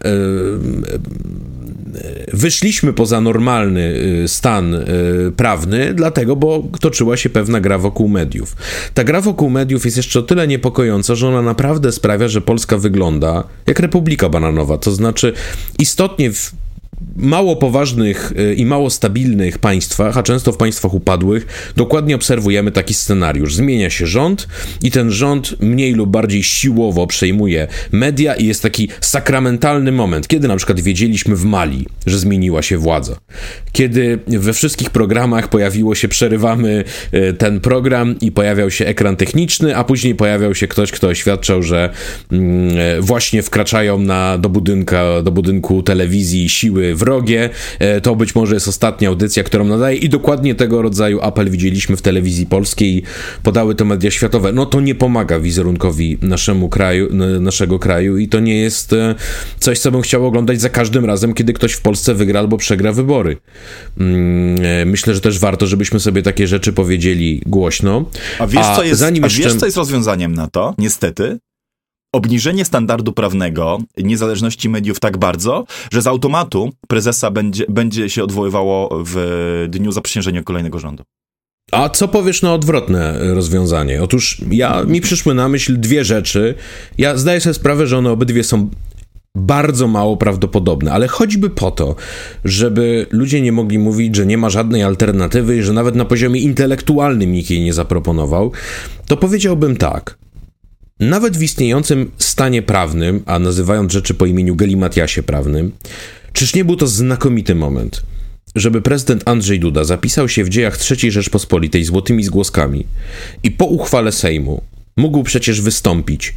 wyszliśmy poza normalny stan e, prawny, dlatego, bo toczyła się pewna gra wokół mediów. Ta gra wokół mediów jest jeszcze o tyle niepokojąca, że ona naprawdę sprawia, że Polska wygląda jak Republika Bananowa, to znaczy istotnie w mało poważnych i mało stabilnych państwach, a często w państwach upadłych, dokładnie obserwujemy taki scenariusz. Zmienia się rząd i ten rząd mniej lub bardziej siłowo przejmuje media i jest taki sakramentalny moment, kiedy na przykład wiedzieliśmy w Mali, że zmieniła się władza. Kiedy we wszystkich programach pojawiło się przerywamy ten program i pojawiał się ekran techniczny, a później pojawiał się ktoś, kto oświadczał, że właśnie wkraczają na, do, budynka, do budynku telewizji siły wrogie, to być może jest ostatnia audycja, którą nadaje i dokładnie tego rodzaju apel widzieliśmy w telewizji polskiej, podały to media światowe. No to nie pomaga wizerunkowi naszemu kraju, naszego kraju i to nie jest coś, co bym chciał oglądać za każdym razem, kiedy ktoś w Polsce wygra albo przegra wybory. Myślę, że też warto, żebyśmy sobie takie rzeczy powiedzieli głośno. A wiesz, a co jest, zanim a jeszcze... wiesz, co jest rozwiązaniem na to? Niestety. Obniżenie standardu prawnego, niezależności mediów tak bardzo, że z automatu prezesa będzie, będzie się odwoływało w dniu zaprzysiężenia kolejnego rządu. A co powiesz na odwrotne rozwiązanie? Otóż ja, mi przyszły na myśl dwie rzeczy. Ja zdaję sobie sprawę, że one obydwie są bardzo mało prawdopodobne, ale choćby po to, żeby ludzie nie mogli mówić, że nie ma żadnej alternatywy i że nawet na poziomie intelektualnym nikt jej nie zaproponował, to powiedziałbym tak. Nawet w istniejącym stanie prawnym, a nazywając rzeczy po imieniu galimatiasie prawnym, czyż nie był to znakomity moment, żeby prezydent Andrzej Duda zapisał się w dziejach trzeciej Rzeczpospolitej złotymi zgłoskami i po uchwale Sejmu mógł przecież wystąpić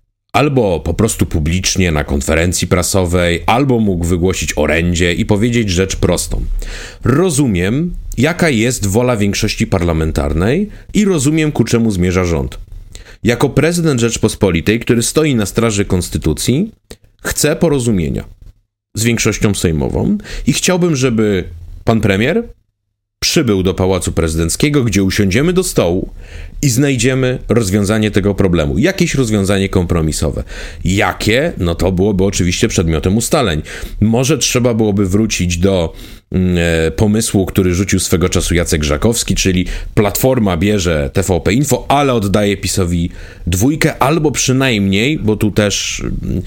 albo po prostu publicznie na konferencji prasowej, albo mógł wygłosić orędzie i powiedzieć rzecz prostą. Rozumiem, jaka jest wola większości parlamentarnej i rozumiem, ku czemu zmierza rząd. Jako prezydent Rzeczpospolitej, który stoi na straży konstytucji, chcę porozumienia z większością sejmową i chciałbym, żeby pan premier przybył do Pałacu Prezydenckiego, gdzie usiądziemy do stołu i znajdziemy rozwiązanie tego problemu. Jakieś rozwiązanie kompromisowe. Jakie? No to byłoby oczywiście przedmiotem ustaleń. Może trzeba byłoby wrócić do e, pomysłu, który rzucił swego czasu Jacek Żakowski, czyli Platforma bierze T V P Info, ale oddaje PiS-owi dwójkę, albo przynajmniej, bo tu też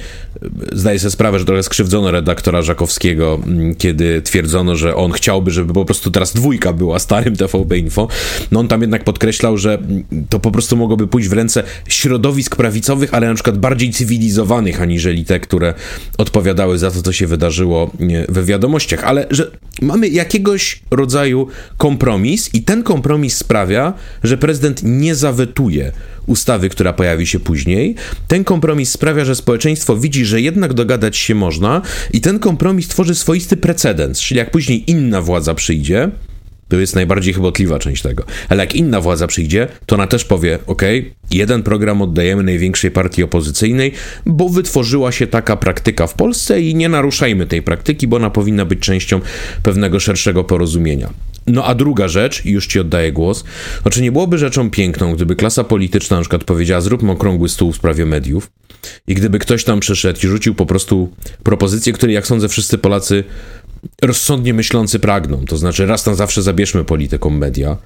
e, zdaję sobie sprawę, że trochę skrzywdzono redaktora Żakowskiego, m, kiedy twierdzono, że on chciałby, żeby po prostu teraz dwójka była starym T V P Info. No on tam jednak podkreślał, że to po prostu mogłoby pójść w ręce środowisk prawicowych, ale na przykład bardziej cywilizowanych, aniżeli te, które odpowiadały za to, co się wydarzyło we wiadomościach. Ale że mamy jakiegoś rodzaju kompromis i ten kompromis sprawia, że prezydent nie zawetuje ustawy, która pojawi się później. Ten kompromis sprawia, że społeczeństwo widzi, że jednak dogadać się można i ten kompromis tworzy swoisty precedens, czyli jak później inna władza przyjdzie, to jest najbardziej chybotliwa część tego. Ale jak inna władza przyjdzie, to ona też powie, ok, jeden program oddajemy największej partii opozycyjnej, bo wytworzyła się taka praktyka w Polsce i nie naruszajmy tej praktyki, bo ona powinna być częścią pewnego szerszego porozumienia. No a druga rzecz, i już ci oddaję głos, no czy nie byłoby rzeczą piękną, gdyby klasa polityczna na przykład powiedziała, zróbmy okrągły stół w sprawie mediów i gdyby ktoś tam przyszedł i rzucił po prostu propozycję, której jak sądzę wszyscy Polacy rozsądnie myślący pragną, to znaczy raz na zawsze zabierzmy politykom media.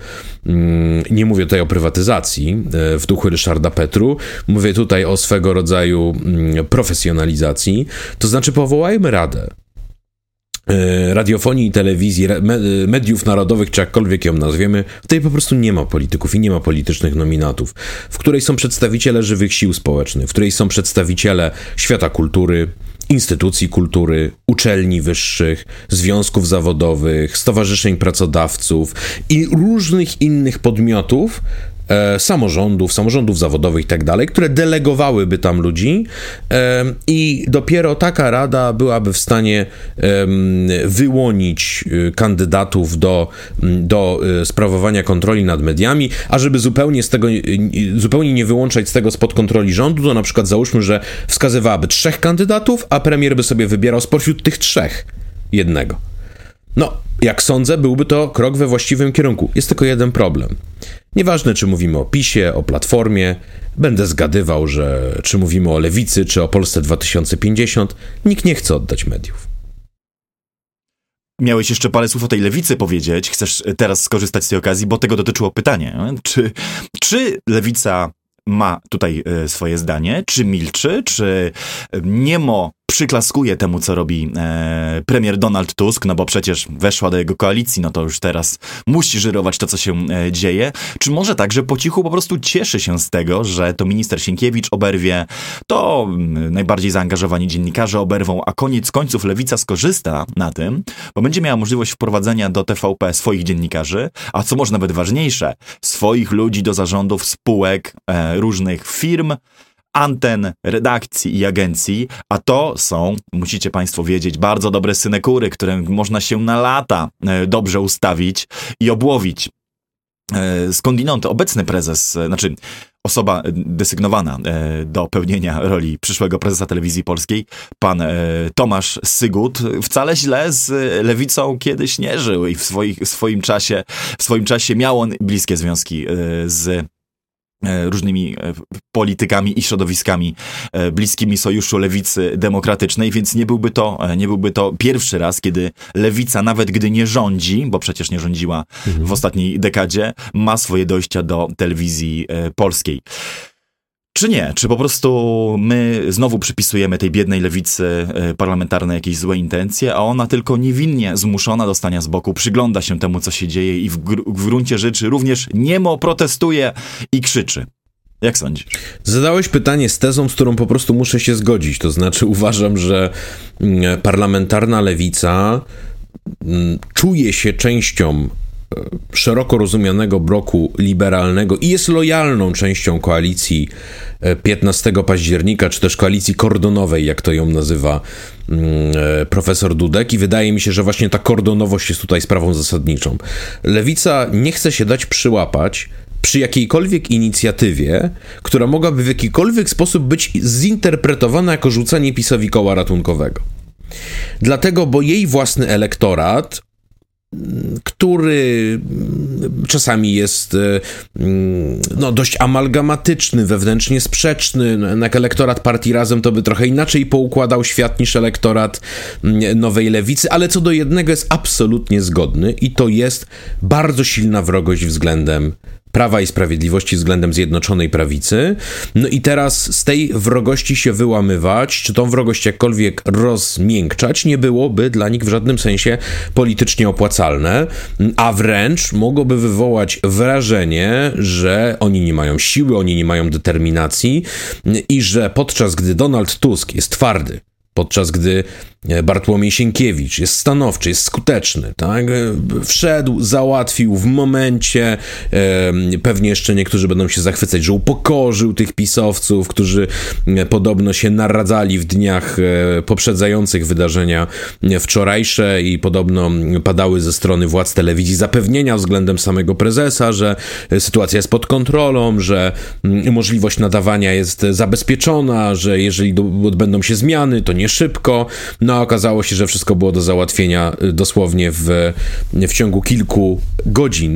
Nie mówię tutaj o prywatyzacji w duchu Ryszarda Petru, mówię tutaj o swego rodzaju profesjonalizacji, to znaczy powołajmy radę radiofonii i telewizji, mediów narodowych, czy jakkolwiek ją nazwiemy, w tej po prostu nie ma polityków i nie ma politycznych nominatów, w której są przedstawiciele żywych sił społecznych, w której są przedstawiciele świata kultury, instytucji kultury, uczelni wyższych, związków zawodowych, stowarzyszeń pracodawców i różnych innych podmiotów, E, samorządów, samorządów zawodowych i tak dalej, które delegowałyby tam ludzi e, i dopiero taka rada byłaby w stanie e, wyłonić kandydatów do, do sprawowania kontroli nad mediami, a żeby zupełnie z tego, zupełnie nie wyłączać z tego spod kontroli rządu, to na przykład załóżmy, że wskazywałaby trzech kandydatów, a premier by sobie wybierał spośród tych trzech jednego. No, jak sądzę, byłby to krok we właściwym kierunku. Jest tylko jeden problem. Nieważne, czy mówimy o PiSie, o Platformie, będę zgadywał, że czy mówimy o Lewicy, czy o Polsce dwa tysiące pięćdziesiąt, nikt nie chce oddać mediów. Miałeś jeszcze parę słów o tej Lewicy powiedzieć. Chcesz teraz skorzystać z tej okazji, bo tego dotyczyło pytanie. Czy, czy Lewica ma tutaj swoje zdanie, czy milczy, czy niemo przyklaskuje temu, co robi e, premier Donald Tusk, no bo przecież weszła do jego koalicji, no to już teraz musi żyrować to, co się e, dzieje. Czy może także po cichu po prostu cieszy się z tego, że to minister Sienkiewicz oberwie, to m, najbardziej zaangażowani dziennikarze oberwą, a koniec końców Lewica skorzysta na tym, bo będzie miała możliwość wprowadzenia do T V P swoich dziennikarzy, a co może nawet ważniejsze, swoich ludzi do zarządów spółek e, różnych firm, anten, redakcji i agencji, a to są, musicie państwo wiedzieć, bardzo dobre synekury, które można się na lata dobrze ustawić i obłowić. Skądinąd obecny prezes, znaczy osoba desygnowana do pełnienia roli przyszłego prezesa Telewizji Polskiej, pan Tomasz Sygut, wcale źle z Lewicą kiedyś nie żył i w, swoich, w swoim czasie, w swoim czasie miał on bliskie związki z różnymi politykami i środowiskami bliskimi Sojuszu Lewicy Demokratycznej, więc nie byłby to, nie byłby to pierwszy raz, kiedy Lewica, nawet gdy nie rządzi, bo przecież nie rządziła mhm. w ostatniej dekadzie, ma swoje dojścia do Telewizji Polskiej. Czy nie? Czy po prostu my znowu przypisujemy tej biednej lewicy parlamentarnej jakieś złe intencje, a ona tylko niewinnie zmuszona do stania z boku przygląda się temu, co się dzieje i w, gr- w gruncie rzeczy również niemo protestuje i krzyczy. Jak sądzisz? Zadałeś pytanie z tezą, z którą po prostu muszę się zgodzić. To znaczy uważam, że parlamentarna lewica czuje się częścią szeroko rozumianego bloku liberalnego i jest lojalną częścią koalicji piętnastego października, czy też koalicji kordonowej, jak to ją nazywa profesor Dudek, i wydaje mi się, że właśnie ta kordonowość jest tutaj sprawą zasadniczą. Lewica nie chce się dać przyłapać przy jakiejkolwiek inicjatywie, która mogłaby w jakikolwiek sposób być zinterpretowana jako rzucanie PiS-owi koła ratunkowego. Dlatego, bo jej własny elektorat, który czasami jest no, dość amalgamatyczny, wewnętrznie sprzeczny. Jak elektorat partii Razem to by trochę inaczej poukładał świat niż elektorat Nowej Lewicy, ale co do jednego jest absolutnie zgodny i to jest bardzo silna wrogość względem Prawa i Sprawiedliwości, względem Zjednoczonej Prawicy. No i teraz z tej wrogości się wyłamywać, czy tą wrogość jakkolwiek rozmiękczać, nie byłoby dla nich w żadnym sensie politycznie opłacalne, a wręcz mogłoby wywołać wrażenie, że oni nie mają siły, oni nie mają determinacji i że podczas gdy Donald Tusk jest twardy, podczas gdy Bartłomiej Sienkiewicz jest stanowczy, jest skuteczny, tak? Wszedł, załatwił w momencie, e, pewnie jeszcze niektórzy będą się zachwycać, że upokorzył tych pisowców, którzy podobno się naradzali w dniach e, poprzedzających wydarzenia wczorajsze i podobno padały ze strony władz telewizji zapewnienia względem samego prezesa, że sytuacja jest pod kontrolą, że możliwość nadawania jest zabezpieczona, że jeżeli odbędą się zmiany, to nie szybko. No a okazało się, że wszystko było do załatwienia dosłownie w, w ciągu kilku godzin.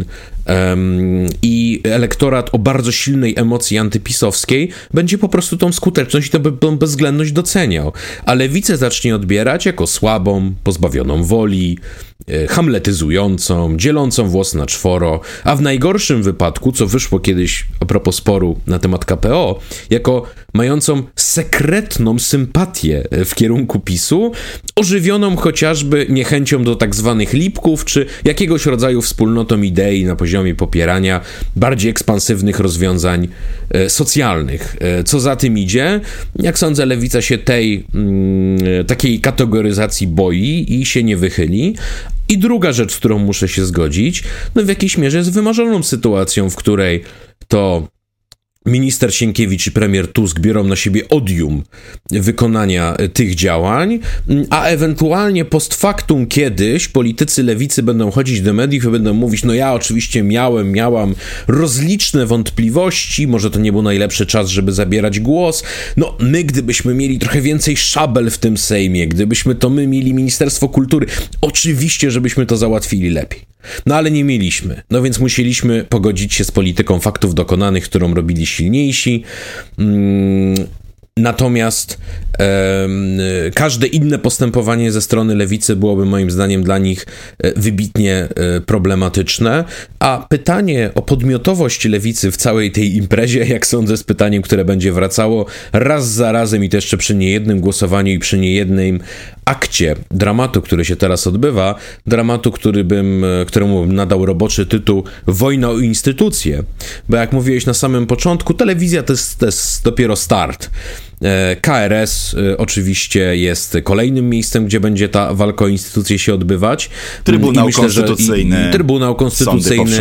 Um, I elektorat o bardzo silnej emocji antypisowskiej będzie po prostu tą skuteczność i tę, tą bezwzględność doceniał. A lewicę zacznie odbierać jako słabą, pozbawioną woli, hamletyzującą, dzielącą włos na czworo, a w najgorszym wypadku, co wyszło kiedyś a propos sporu na temat K P O, jako mającą sekretną sympatię w kierunku PiSu, ożywioną chociażby niechęcią do tak zwanych lipków, czy jakiegoś rodzaju wspólnotą idei na poziomie popierania bardziej ekspansywnych rozwiązań e, socjalnych. E, co za tym idzie, jak sądzę, lewica się tej mm, takiej kategoryzacji boi i się nie wychyli. I druga rzecz, z którą muszę się zgodzić, no w jakiejś mierze jest wymarzoną sytuacją, w której to minister Sienkiewicz i premier Tusk biorą na siebie odium wykonania tych działań, a ewentualnie post factum kiedyś politycy lewicy będą chodzić do mediów i będą mówić, no ja oczywiście miałem, miałam rozliczne wątpliwości, może to nie był najlepszy czas, żeby zabierać głos, no my gdybyśmy mieli trochę więcej szabel w tym Sejmie, gdybyśmy to my mieli Ministerstwo Kultury, oczywiście, żebyśmy to załatwili lepiej. No ale nie mieliśmy, no więc musieliśmy pogodzić się z polityką faktów dokonanych, którą robili silniejsi. Mm, natomiast e, każde inne postępowanie ze strony lewicy byłoby moim zdaniem dla nich wybitnie e, problematyczne, a pytanie o podmiotowość lewicy w całej tej imprezie, jak sądzę, jest pytaniem, które będzie wracało raz za razem i to jeszcze przy niejednym głosowaniu i przy niejednym akcie dramatu, który się teraz odbywa, dramatu, który bym, któremu bym nadał roboczy tytuł Wojna o instytucje, bo jak mówiłeś na samym początku, telewizja to jest, to jest dopiero start. K R S oczywiście jest kolejnym miejscem, gdzie będzie ta walka o instytucje się odbywać. Trybunał I myślę, Konstytucyjny. Że i, i Trybunał Konstytucyjny.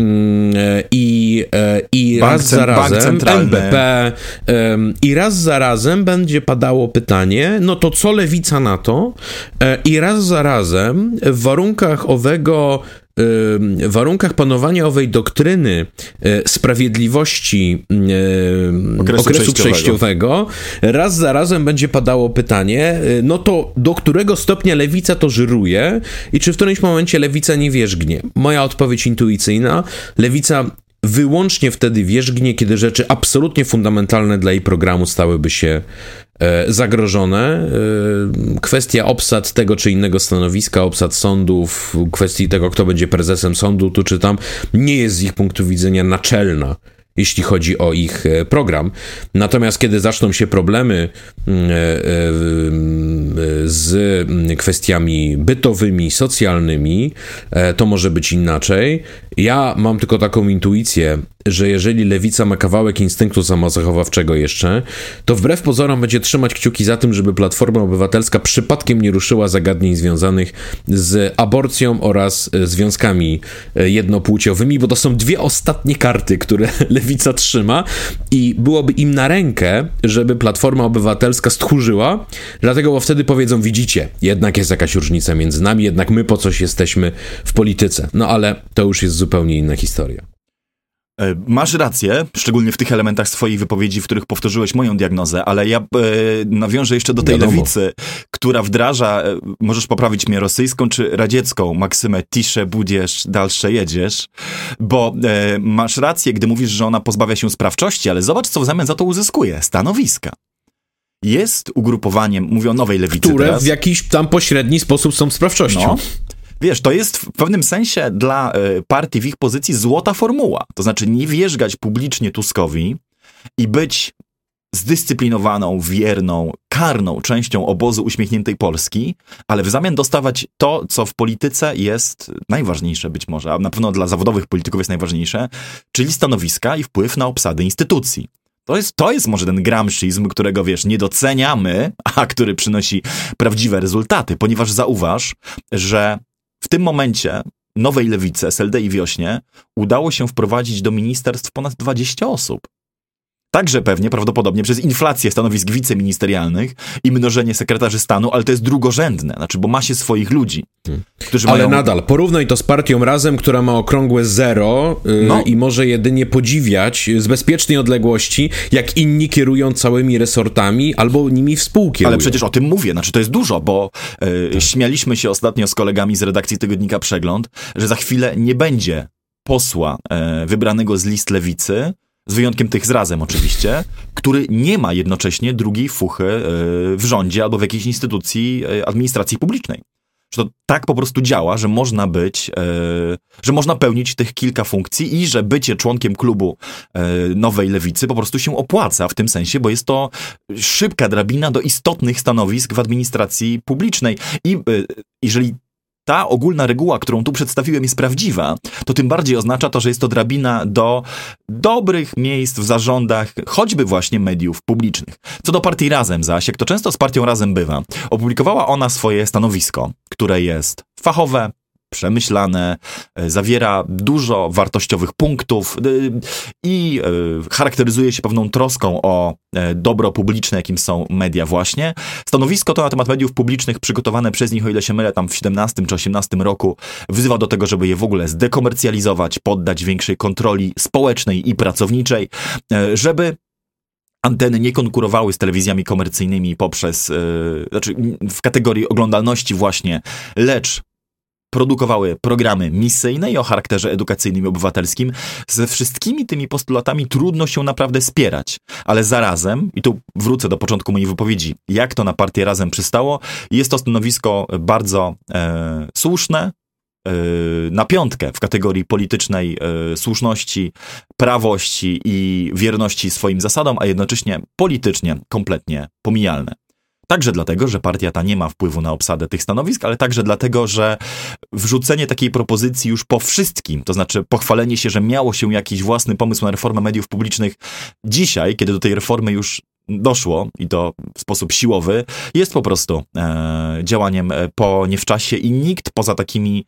I, i Bank, raz za razem N B P i raz za razem będzie padało pytanie, no to co lewica na to? I raz za razem w warunkach owego w warunkach panowania owej doktryny sprawiedliwości okresu, okresu przejściowego. przejściowego, raz za razem będzie padało pytanie, no to do którego stopnia lewica to żyruje i czy w którymś momencie lewica nie wierzgnie? Moja odpowiedź intuicyjna, lewica wyłącznie wtedy wierzgnie, kiedy rzeczy absolutnie fundamentalne dla jej programu stałyby się zagrożone. Kwestia obsad tego czy innego stanowiska, obsad sądów, kwestii tego, kto będzie prezesem sądu, tu czy tam, nie jest z ich punktu widzenia naczelna, jeśli chodzi o ich program. Natomiast kiedy zaczną się problemy z kwestiami bytowymi, socjalnymi, to może być inaczej. Ja mam tylko taką intuicję, że jeżeli lewica ma kawałek instynktu samozachowawczego jeszcze, to wbrew pozorom będzie trzymać kciuki za tym, żeby Platforma Obywatelska przypadkiem nie ruszyła zagadnień związanych z aborcją oraz związkami jednopłciowymi, bo to są dwie ostatnie karty, które lewica trzyma i byłoby im na rękę, żeby Platforma Obywatelska stchórzyła, dlatego bo wtedy powiedzą, widzicie, jednak jest jakaś różnica między nami, jednak my po coś jesteśmy w polityce. No ale to już jest zupełnie inna historia. Masz rację, szczególnie w tych elementach swojej wypowiedzi, w których powtórzyłeś moją diagnozę, ale ja e, nawiążę jeszcze do tej Wiadomo. lewicy, która wdraża, e, możesz poprawić mnie, rosyjską czy radziecką maksymę tisze budziesz, dalsze jedziesz, bo e, masz rację, gdy mówisz, że ona pozbawia się sprawczości, ale zobacz, co w zamian za to uzyskuje. Stanowiska. Jest ugrupowaniem, mówię o nowej lewicy Które teraz, w jakiś tam pośredni sposób są sprawczością. No. Wiesz, to jest w pewnym sensie dla y, partii w ich pozycji złota formuła. To znaczy nie wierzgać publicznie Tuskowi i być zdyscyplinowaną, wierną, karną częścią obozu uśmiechniętej Polski, ale w zamian dostawać to, co w polityce jest najważniejsze być może, a na pewno dla zawodowych polityków jest najważniejsze, czyli stanowiska i wpływ na obsady instytucji. To jest, to jest może ten gramscizm, którego, wiesz, nie doceniamy, a który przynosi prawdziwe rezultaty, ponieważ zauważ, że w tym momencie nowej lewicy, S L D i Wiośnie, udało się wprowadzić do ministerstw ponad dwadzieścia osób. Także pewnie, prawdopodobnie przez inflację stanowisk wiceministerialnych i mnożenie sekretarzy stanu, ale to jest drugorzędne, znaczy, bo ma się swoich ludzi, którzy ale mają... nadal, porównaj to z partią Razem, która ma okrągłe zero yy, no. i może jedynie podziwiać z bezpiecznej odległości, jak inni kierują całymi resortami albo nimi współkierują. Ale przecież o tym mówię, znaczy to jest dużo, bo yy, tak. śmialiśmy się ostatnio z kolegami z redakcji tygodnika Przegląd, że za chwilę nie będzie posła e, wybranego z list lewicy, z wyjątkiem tych z Razem oczywiście, który nie ma jednocześnie drugiej fuchy e, w rządzie albo w jakiejś instytucji e, administracji publicznej. Że to tak po prostu działa, że można być, e, że można pełnić tych kilka funkcji i że bycie członkiem klubu e, Nowej Lewicy po prostu się opłaca w tym sensie, bo jest to szybka drabina do istotnych stanowisk w administracji publicznej. I e, jeżeli ta ogólna reguła, którą tu przedstawiłem, jest prawdziwa, to tym bardziej oznacza to, że jest to drabina do dobrych miejsc w zarządach, choćby właśnie mediów publicznych. Co do partii Razem zaś, jak to często z partią Razem bywa, opublikowała ona swoje stanowisko, które jest fachowe, przemyślane, zawiera dużo wartościowych punktów i charakteryzuje się pewną troską o dobro publiczne, jakim są media właśnie. Stanowisko to na temat mediów publicznych przygotowane przez nich, o ile się mylę, tam w siedemnastym czy osiemnastym roku wzywa do tego, żeby je w ogóle zdekomercjalizować, poddać większej kontroli społecznej i pracowniczej, żeby anteny nie konkurowały z telewizjami komercyjnymi poprzez, yy, znaczy w kategorii oglądalności właśnie, lecz produkowały programy misyjne i o charakterze edukacyjnym i obywatelskim. Ze wszystkimi tymi postulatami trudno się naprawdę spierać, ale zarazem, i tu wrócę do początku mojej wypowiedzi, jak to na partię Razem przystało, jest to stanowisko bardzo e, słuszne, e, na piątkę w kategorii politycznej e, słuszności, prawości i wierności swoim zasadom, a jednocześnie politycznie kompletnie pomijalne. Także dlatego, że partia ta nie ma wpływu na obsadę tych stanowisk, ale także dlatego, że wrzucenie takiej propozycji już po wszystkim, to znaczy pochwalenie się, że miało się jakiś własny pomysł na reformę mediów publicznych dzisiaj, kiedy do tej reformy już doszło i to w sposób siłowy, jest po prostu e, działaniem po nie w czasie i nikt poza takimi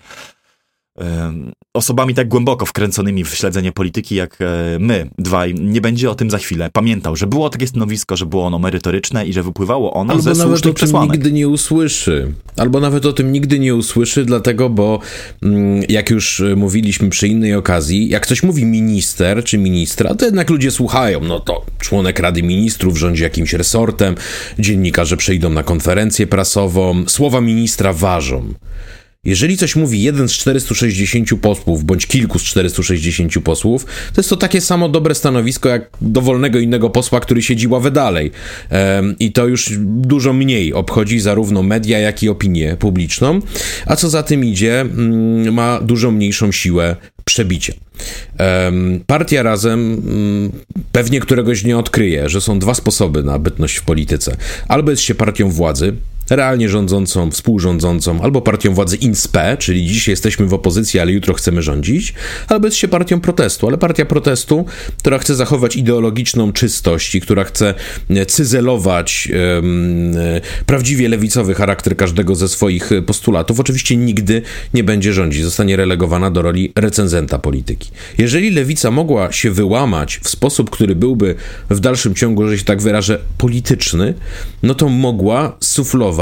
osobami tak głęboko wkręconymi w śledzenie polityki jak my dwaj, nie będzie o tym za chwilę pamiętał, że było takie stanowisko, że było ono merytoryczne i że wypływało ono Albo ze nawet słusznych o tym przesłanek. nigdy nie usłyszy. Albo nawet o tym nigdy nie usłyszy, dlatego, bo jak już mówiliśmy przy innej okazji, jak coś mówi minister czy ministra, to jednak ludzie słuchają. No to członek Rady Ministrów rządzi jakimś resortem, dziennikarze przyjdą na konferencję prasową, słowa ministra ważą. Jeżeli coś mówi jeden z czterystu sześćdziesięciu posłów, bądź kilku z czterystu sześćdziesięciu posłów, to jest to takie samo dobre stanowisko jak dowolnego innego posła, który siedzi ławę dalej. Ehm, I to już dużo mniej obchodzi zarówno media, jak i opinię publiczną, a co za tym idzie, mm, ma dużo mniejszą siłę przebicia. Um, partia Razem um, pewnie któregoś dnia odkryje, że są dwa sposoby na bytność w polityce. Albo jest się partią władzy, realnie rządzącą, współrządzącą, albo partią władzy in spe, czyli dziś jesteśmy w opozycji, ale jutro chcemy rządzić, albo jest się partią protestu, ale partia protestu, która chce zachować ideologiczną czystość i która chce cyzelować um, prawdziwie lewicowy charakter każdego ze swoich postulatów, oczywiście nigdy nie będzie rządzić, zostanie relegowana do roli recenzenta polityki. Jeżeli lewica mogła się wyłamać w sposób, który byłby w dalszym ciągu, że się tak wyrażę, polityczny, no to mogła suflować,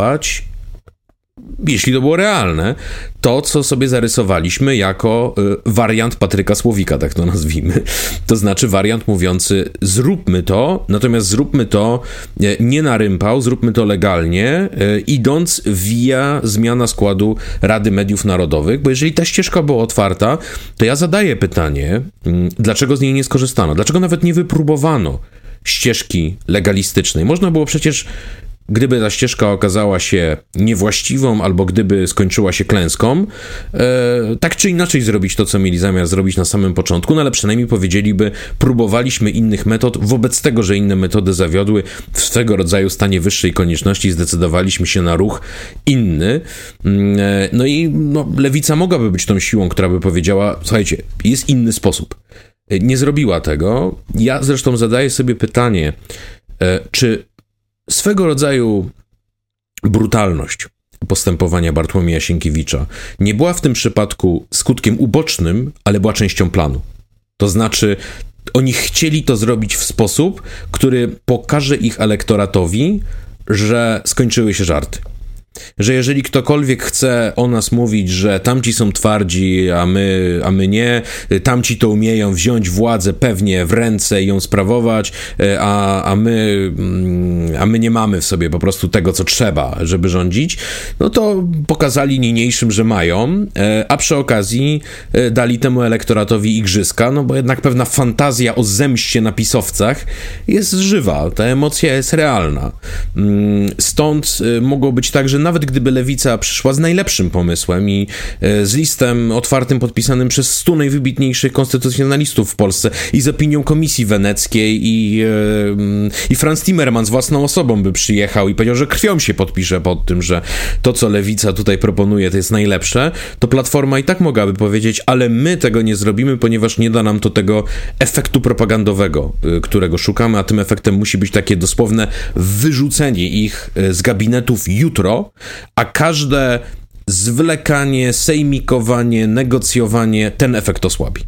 jeśli to było realne, to, co sobie zarysowaliśmy jako y, wariant Patryka Słowika, tak to nazwijmy. To znaczy wariant mówiący, zróbmy to, natomiast zróbmy to y, nie na rympał, zróbmy to legalnie, y, idąc via zmiana składu Rady Mediów Narodowych, bo jeżeli ta ścieżka była otwarta, to ja zadaję pytanie, y, dlaczego z niej nie skorzystano, dlaczego nawet nie wypróbowano ścieżki legalistycznej. Można było przecież, gdyby ta ścieżka okazała się niewłaściwą, albo gdyby skończyła się klęską, e, tak czy inaczej zrobić to, co mieli zamiar zrobić na samym początku, no ale przynajmniej powiedzieliby, próbowaliśmy innych metod, wobec tego, że inne metody zawiodły, w swego rodzaju stanie wyższej konieczności zdecydowaliśmy się na ruch inny. E, no i no, lewica mogłaby być tą siłą, która by powiedziała, słuchajcie, jest inny sposób. E, nie zrobiła tego. Ja zresztą zadaję sobie pytanie, e, czy swego rodzaju brutalność postępowania Bartłomieja Sienkiewicza nie była w tym przypadku skutkiem ubocznym, ale była częścią planu. To znaczy, oni chcieli to zrobić w sposób, który pokaże ich elektoratowi, że skończyły się żarty. że jeżeli ktokolwiek chce o nas mówić, że tamci są twardzi, a my, a my nie, tamci to umieją wziąć władzę pewnie w ręce i ją sprawować, a, a, my, a my nie mamy w sobie po prostu tego, co trzeba, żeby rządzić, no to pokazali niniejszym, że mają, a przy okazji dali temu elektoratowi igrzyska, no bo jednak pewna fantazja o zemście na pisowcach jest żywa, ta emocja jest realna. Stąd mogło być tak, że nawet gdyby lewica przyszła z najlepszym pomysłem i z listem otwartym podpisanym przez stu najwybitniejszych konstytucjonalistów w Polsce i z opinią Komisji Weneckiej i, i Franz Timmermans własną osobą by przyjechał i powiedział, że krwią się podpisze pod tym, że to, co lewica tutaj proponuje, to jest najlepsze, to Platforma i tak mogłaby powiedzieć, ale my tego nie zrobimy, ponieważ nie da nam to tego efektu propagandowego, którego szukamy, a tym efektem musi być takie dosłowne wyrzucenie ich z gabinetów jutro, a każde zwlekanie, sejmikowanie, negocjowanie ten efekt osłabi.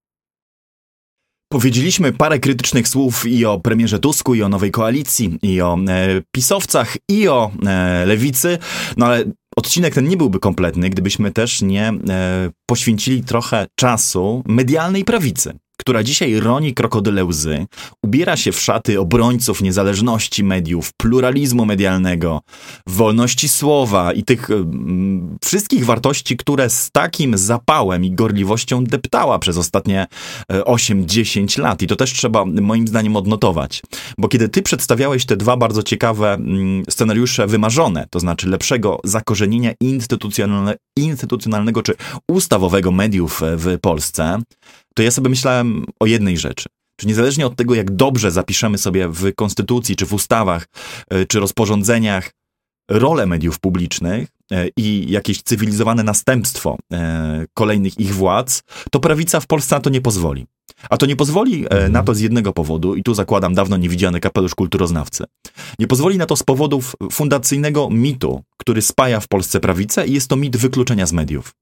Powiedzieliśmy parę krytycznych słów i o premierze Tusku, i o nowej koalicji, i o e, pisowcach, i o e, lewicy, no ale odcinek ten nie byłby kompletny, gdybyśmy też nie e, poświęcili trochę czasu medialnej prawicy, która dzisiaj roni krokodyle łzy, ubiera się w szaty obrońców niezależności mediów, pluralizmu medialnego, wolności słowa i tych mm, wszystkich wartości, które z takim zapałem i gorliwością deptała przez ostatnie osiem dziesięć lat. I to też trzeba moim zdaniem odnotować. Bo kiedy ty przedstawiałeś te dwa bardzo ciekawe mm, scenariusze wymarzone, to znaczy lepszego zakorzenienia instytucjonalne, instytucjonalnego czy ustawowego mediów w Polsce, to ja sobie myślałem o jednej rzeczy. Czy niezależnie od tego, jak dobrze zapiszemy sobie w konstytucji, czy w ustawach, czy rozporządzeniach rolę mediów publicznych i jakieś cywilizowane następstwo kolejnych ich władz, to prawica w Polsce na to nie pozwoli. A to nie pozwoli mhm. na to z jednego powodu, i tu zakładam dawno niewidziany kapelusz kulturoznawcy. Nie pozwoli na to z powodów fundacyjnego mitu, który spaja w Polsce prawicę, i jest to mit wykluczenia z mediów.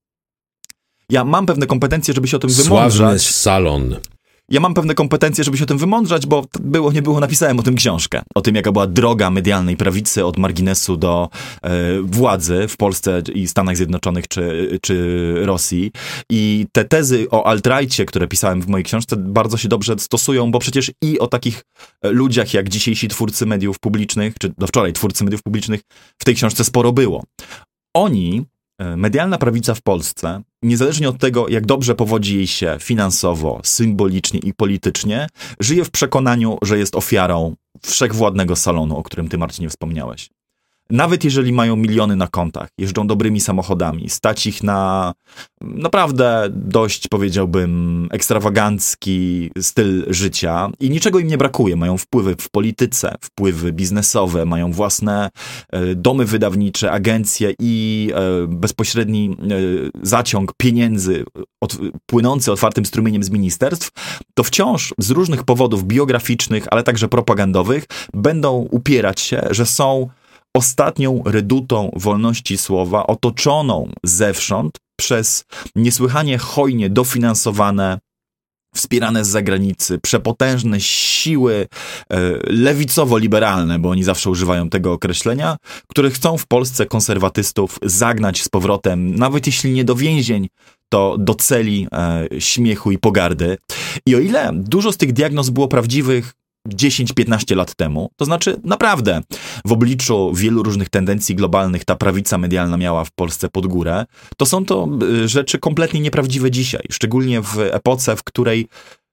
Ja mam pewne kompetencje, żeby się o tym wymądrzać. Sławny salon. Ja mam pewne kompetencje, żeby się o tym wymądrzać, bo było, nie było, napisałem o tym książkę. O tym, jaka była droga medialnej prawicy od marginesu do e, władzy w Polsce i Stanach Zjednoczonych czy, czy Rosji. I te tezy o alt-rightie, które pisałem w mojej książce, bardzo się dobrze stosują, bo przecież i o takich ludziach jak dzisiejsi twórcy mediów publicznych, czy do wczoraj twórcy mediów publicznych, w tej książce sporo było. Oni... Medialna prawica w Polsce, niezależnie od tego, jak dobrze powodzi jej się finansowo, symbolicznie i politycznie, żyje w przekonaniu, że jest ofiarą wszechwładnego salonu, o którym ty, Marcinie, wspomniałeś. Nawet jeżeli mają miliony na kontach, jeżdżą dobrymi samochodami, stać ich na naprawdę dość, powiedziałbym, ekstrawagancki styl życia i niczego im nie brakuje. Mają wpływy w polityce, wpływy biznesowe, mają własne e, domy wydawnicze, agencje i e, bezpośredni e, zaciąg pieniędzy od, płynący otwartym strumieniem z ministerstw, to wciąż z różnych powodów biograficznych, ale także propagandowych będą upierać się, że są ostatnią redutą wolności słowa, otoczoną zewsząd przez niesłychanie hojnie dofinansowane, wspierane z zagranicy, przepotężne siły e, lewicowo-liberalne, bo oni zawsze używają tego określenia, które chcą w Polsce konserwatystów zagnać z powrotem, nawet jeśli nie do więzień, to do celi e, śmiechu i pogardy. I o ile dużo z tych diagnoz było prawdziwych dziesięć piętnaście lat temu, to znaczy naprawdę w obliczu wielu różnych tendencji globalnych ta prawica medialna miała w Polsce pod górę, to są to rzeczy kompletnie nieprawdziwe dzisiaj, szczególnie w epoce, w której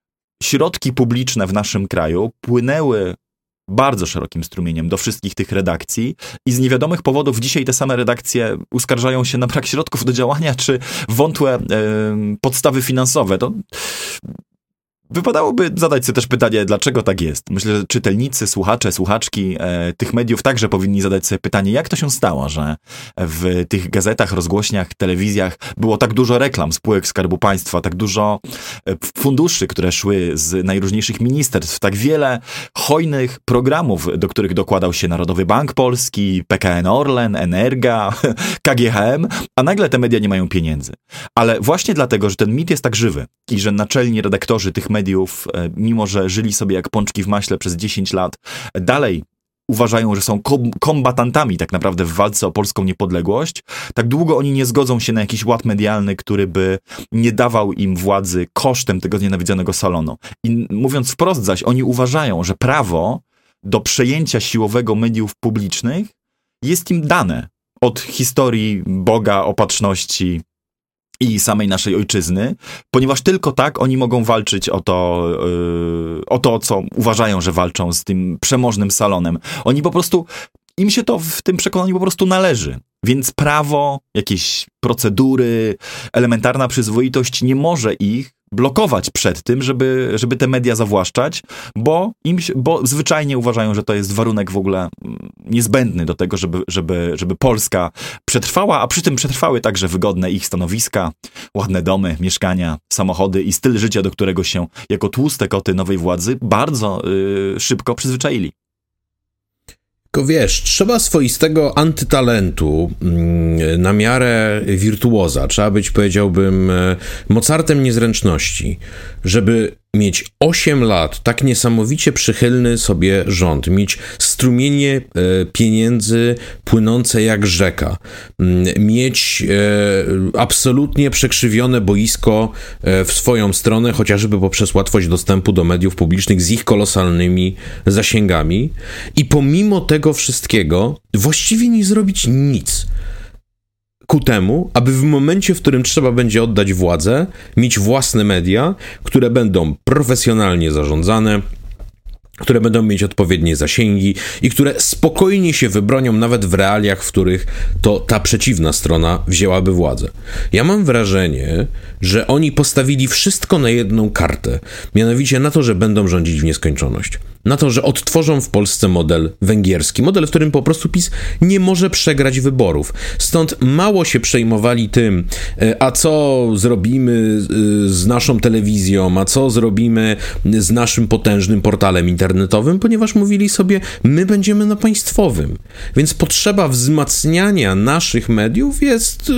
środki publiczne w naszym kraju płynęły bardzo szerokim strumieniem do wszystkich tych redakcji i z niewiadomych powodów dzisiaj te same redakcje uskarżają się na brak środków do działania czy wątłe yy, podstawy finansowe. To wypadałoby zadać sobie też pytanie, dlaczego tak jest. Myślę, że czytelnicy, słuchacze, słuchaczki e, tych mediów także powinni zadać sobie pytanie, jak to się stało, że w tych gazetach, rozgłośniach, telewizjach było tak dużo reklam spółek Skarbu Państwa, tak dużo funduszy, które szły z najróżniejszych ministerstw, tak wiele hojnych programów, do których dokładał się Narodowy Bank Polski, P K N Orlen, Energa, K G H M, a nagle te media nie mają pieniędzy. Ale właśnie dlatego, że ten mit jest tak żywy i że naczelni redaktorzy tych mediów mediów, mimo że żyli sobie jak pączki w maśle przez dziesięć lat, dalej uważają, że są kom- kombatantami tak naprawdę w walce o polską niepodległość, tak długo oni nie zgodzą się na jakiś ład medialny, który by nie dawał im władzy kosztem tego znienawidzonego salonu. I mówiąc wprost zaś, oni uważają, że prawo do przejęcia siłowego mediów publicznych jest im dane od historii Boga, opatrzności i samej naszej ojczyzny, ponieważ tylko tak oni mogą walczyć o to, yy, o to, co uważają, że walczą z tym przemożnym salonem. Oni po prostu, im się to w tym przekonaniu po prostu należy. Więc prawo, jakieś procedury, elementarna przyzwoitość nie może ich blokować przed tym, żeby, żeby te media zawłaszczać, bo im się, bo zwyczajnie uważają, że to jest warunek w ogóle niezbędny do tego, żeby, żeby, żeby Polska przetrwała, a przy tym przetrwały także wygodne ich stanowiska, ładne domy, mieszkania, samochody i styl życia, do którego się jako tłuste koty nowej władzy bardzo yy, szybko przyzwyczaili. Tylko wiesz, trzeba swoistego antytalentu na miarę wirtuoza. Trzeba być, powiedziałbym, Mozartem niezręczności, żeby mieć osiem lat tak niesamowicie przychylny sobie rząd, mieć strumienie pieniędzy płynące jak rzeka, mieć absolutnie przekrzywione boisko w swoją stronę, chociażby poprzez łatwość dostępu do mediów publicznych z ich kolosalnymi zasięgami i pomimo tego wszystkiego właściwie nie zrobić nic ku temu, aby w momencie, w którym trzeba będzie oddać władzę, mieć własne media, które będą profesjonalnie zarządzane, które będą mieć odpowiednie zasięgi i które spokojnie się wybronią nawet w realiach, w których to ta przeciwna strona wzięłaby władzę. Ja mam wrażenie, że oni postawili wszystko na jedną kartę, mianowicie na to, że będą rządzić w nieskończoność. Na to, że odtworzą w Polsce model węgierski, model, w którym po prostu PiS nie może przegrać wyborów. Stąd mało się przejmowali tym, a co zrobimy z naszą telewizją, a co zrobimy z naszym potężnym portalem internetowym, ponieważ mówili sobie, my będziemy na państwowym. Więc potrzeba wzmacniania naszych mediów jest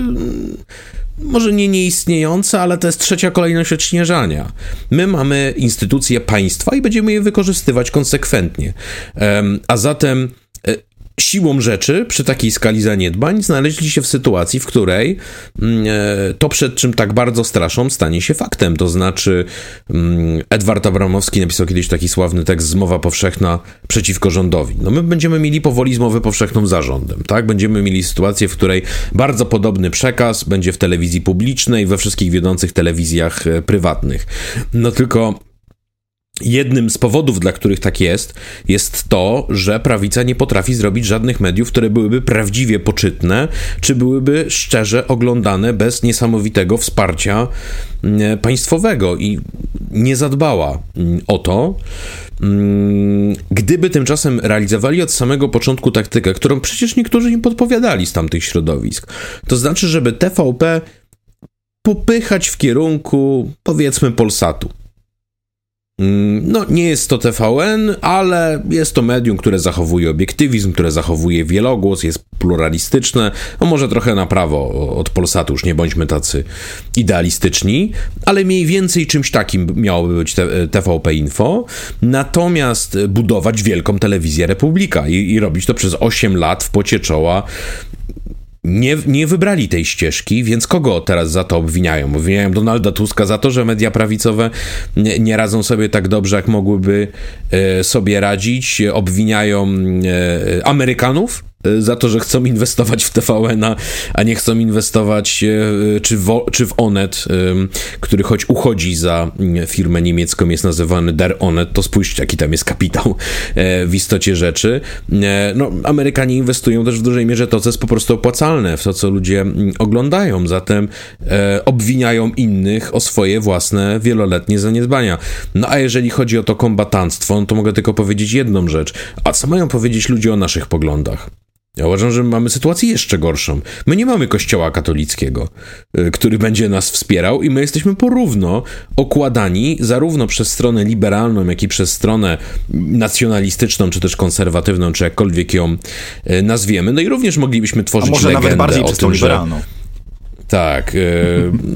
może nie nieistniejąca, ale to jest trzecia kolejność odśnieżania. My mamy instytucje państwa i będziemy je wykorzystywać konsekwentnie. A zatem siłą rzeczy, przy takiej skali zaniedbań, znaleźli się w sytuacji, w której to, przed czym tak bardzo straszą, stanie się faktem. To znaczy Edward Abramowski napisał kiedyś taki sławny tekst Zmowa powszechna przeciwko rządowi. No my będziemy mieli powoli zmowę powszechną za rządem, tak? Będziemy mieli sytuację, w której bardzo podobny przekaz będzie w telewizji publicznej, we wszystkich wiodących telewizjach prywatnych. No tylko jednym z powodów, dla których tak jest, jest to, że prawica nie potrafi zrobić żadnych mediów, które byłyby prawdziwie poczytne, czy byłyby szczerze oglądane bez niesamowitego wsparcia państwowego i nie zadbała o to. Gdyby tymczasem realizowali od samego początku taktykę, którą przecież niektórzy im podpowiadali z tamtych środowisk, to znaczy, żeby T V P popychać w kierunku, powiedzmy, Polsatu. No, nie jest to T V N, ale jest to medium, które zachowuje obiektywizm, które zachowuje wielogłos, jest pluralistyczne, no może trochę na prawo od Polsatu, już nie bądźmy tacy idealistyczni, ale mniej więcej czymś takim miałoby być T V P Info, natomiast budować wielką telewizję Republika i, i robić to przez osiem lat w pocie czoła. Nie, nie wybrali tej ścieżki, więc kogo teraz za to obwiniają? Obwiniają Donalda Tuska za to, że media prawicowe nie, nie radzą sobie tak dobrze, jak mogłyby e, sobie radzić. Obwiniają e, Amerykanów za to, że chcą inwestować w T V N, a nie chcą inwestować czy w, czy w Onet, który choć uchodzi za firmę niemiecką, jest nazywany Der Onet, to spójrzcie, jaki tam jest kapitał w istocie rzeczy. No, Amerykanie inwestują też w dużej mierze to, co jest po prostu opłacalne, w to, co ludzie oglądają, zatem obwiniają innych o swoje własne wieloletnie zaniedbania. No a jeżeli chodzi o to kombatanstwo, no to mogę tylko powiedzieć jedną rzecz. A co mają powiedzieć ludzie o naszych poglądach? Ja uważam, że mamy sytuację jeszcze gorszą. My nie mamy kościoła katolickiego, który będzie nas wspierał i my jesteśmy porówno okładani zarówno przez stronę liberalną, jak i przez stronę nacjonalistyczną, czy też konserwatywną, czy jakkolwiek ją nazwiemy. No i również moglibyśmy tworzyć A może legendę nawet bardziej o przez tym, tą liberalną. Że... Tak.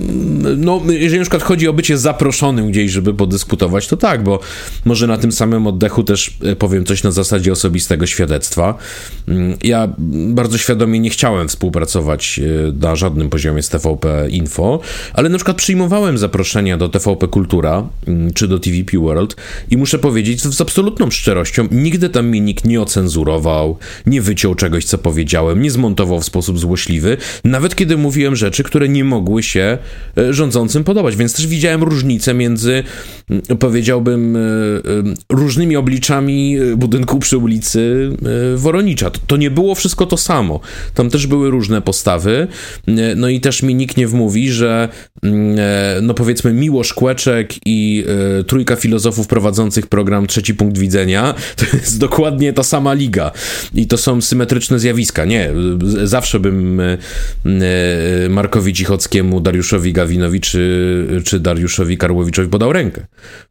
no, jeżeli na przykład chodzi o bycie zaproszonym gdzieś, żeby podyskutować, to tak, bo może na tym samym oddechu też powiem coś na zasadzie osobistego świadectwa. Ja bardzo świadomie nie chciałem współpracować na żadnym poziomie z T V P Info, ale na przykład przyjmowałem zaproszenia do T V P Kultura czy do T V P World i muszę powiedzieć z absolutną szczerością, nigdy tam mnie nikt nie ocenzurował, nie wyciął czegoś, co powiedziałem, nie zmontował w sposób złośliwy, nawet kiedy mówiłem rzeczy, które nie mogły się rządzącym podobać, więc też widziałem różnicę między, powiedziałbym, różnymi obliczami budynku przy ulicy Woronicza. To, to nie było wszystko to samo. Tam też były różne postawy, no i też mi nikt nie wmówi, że no powiedzmy Miłosz Kłeczek i y, trójka filozofów prowadzących program Trzeci Punkt Widzenia to jest dokładnie ta sama liga i to są symetryczne zjawiska. Nie, zawsze bym y, y, Markowi Cichockiemu, Dariuszowi Gawinowi czy, czy Dariuszowi Karłowiczowi podał rękę.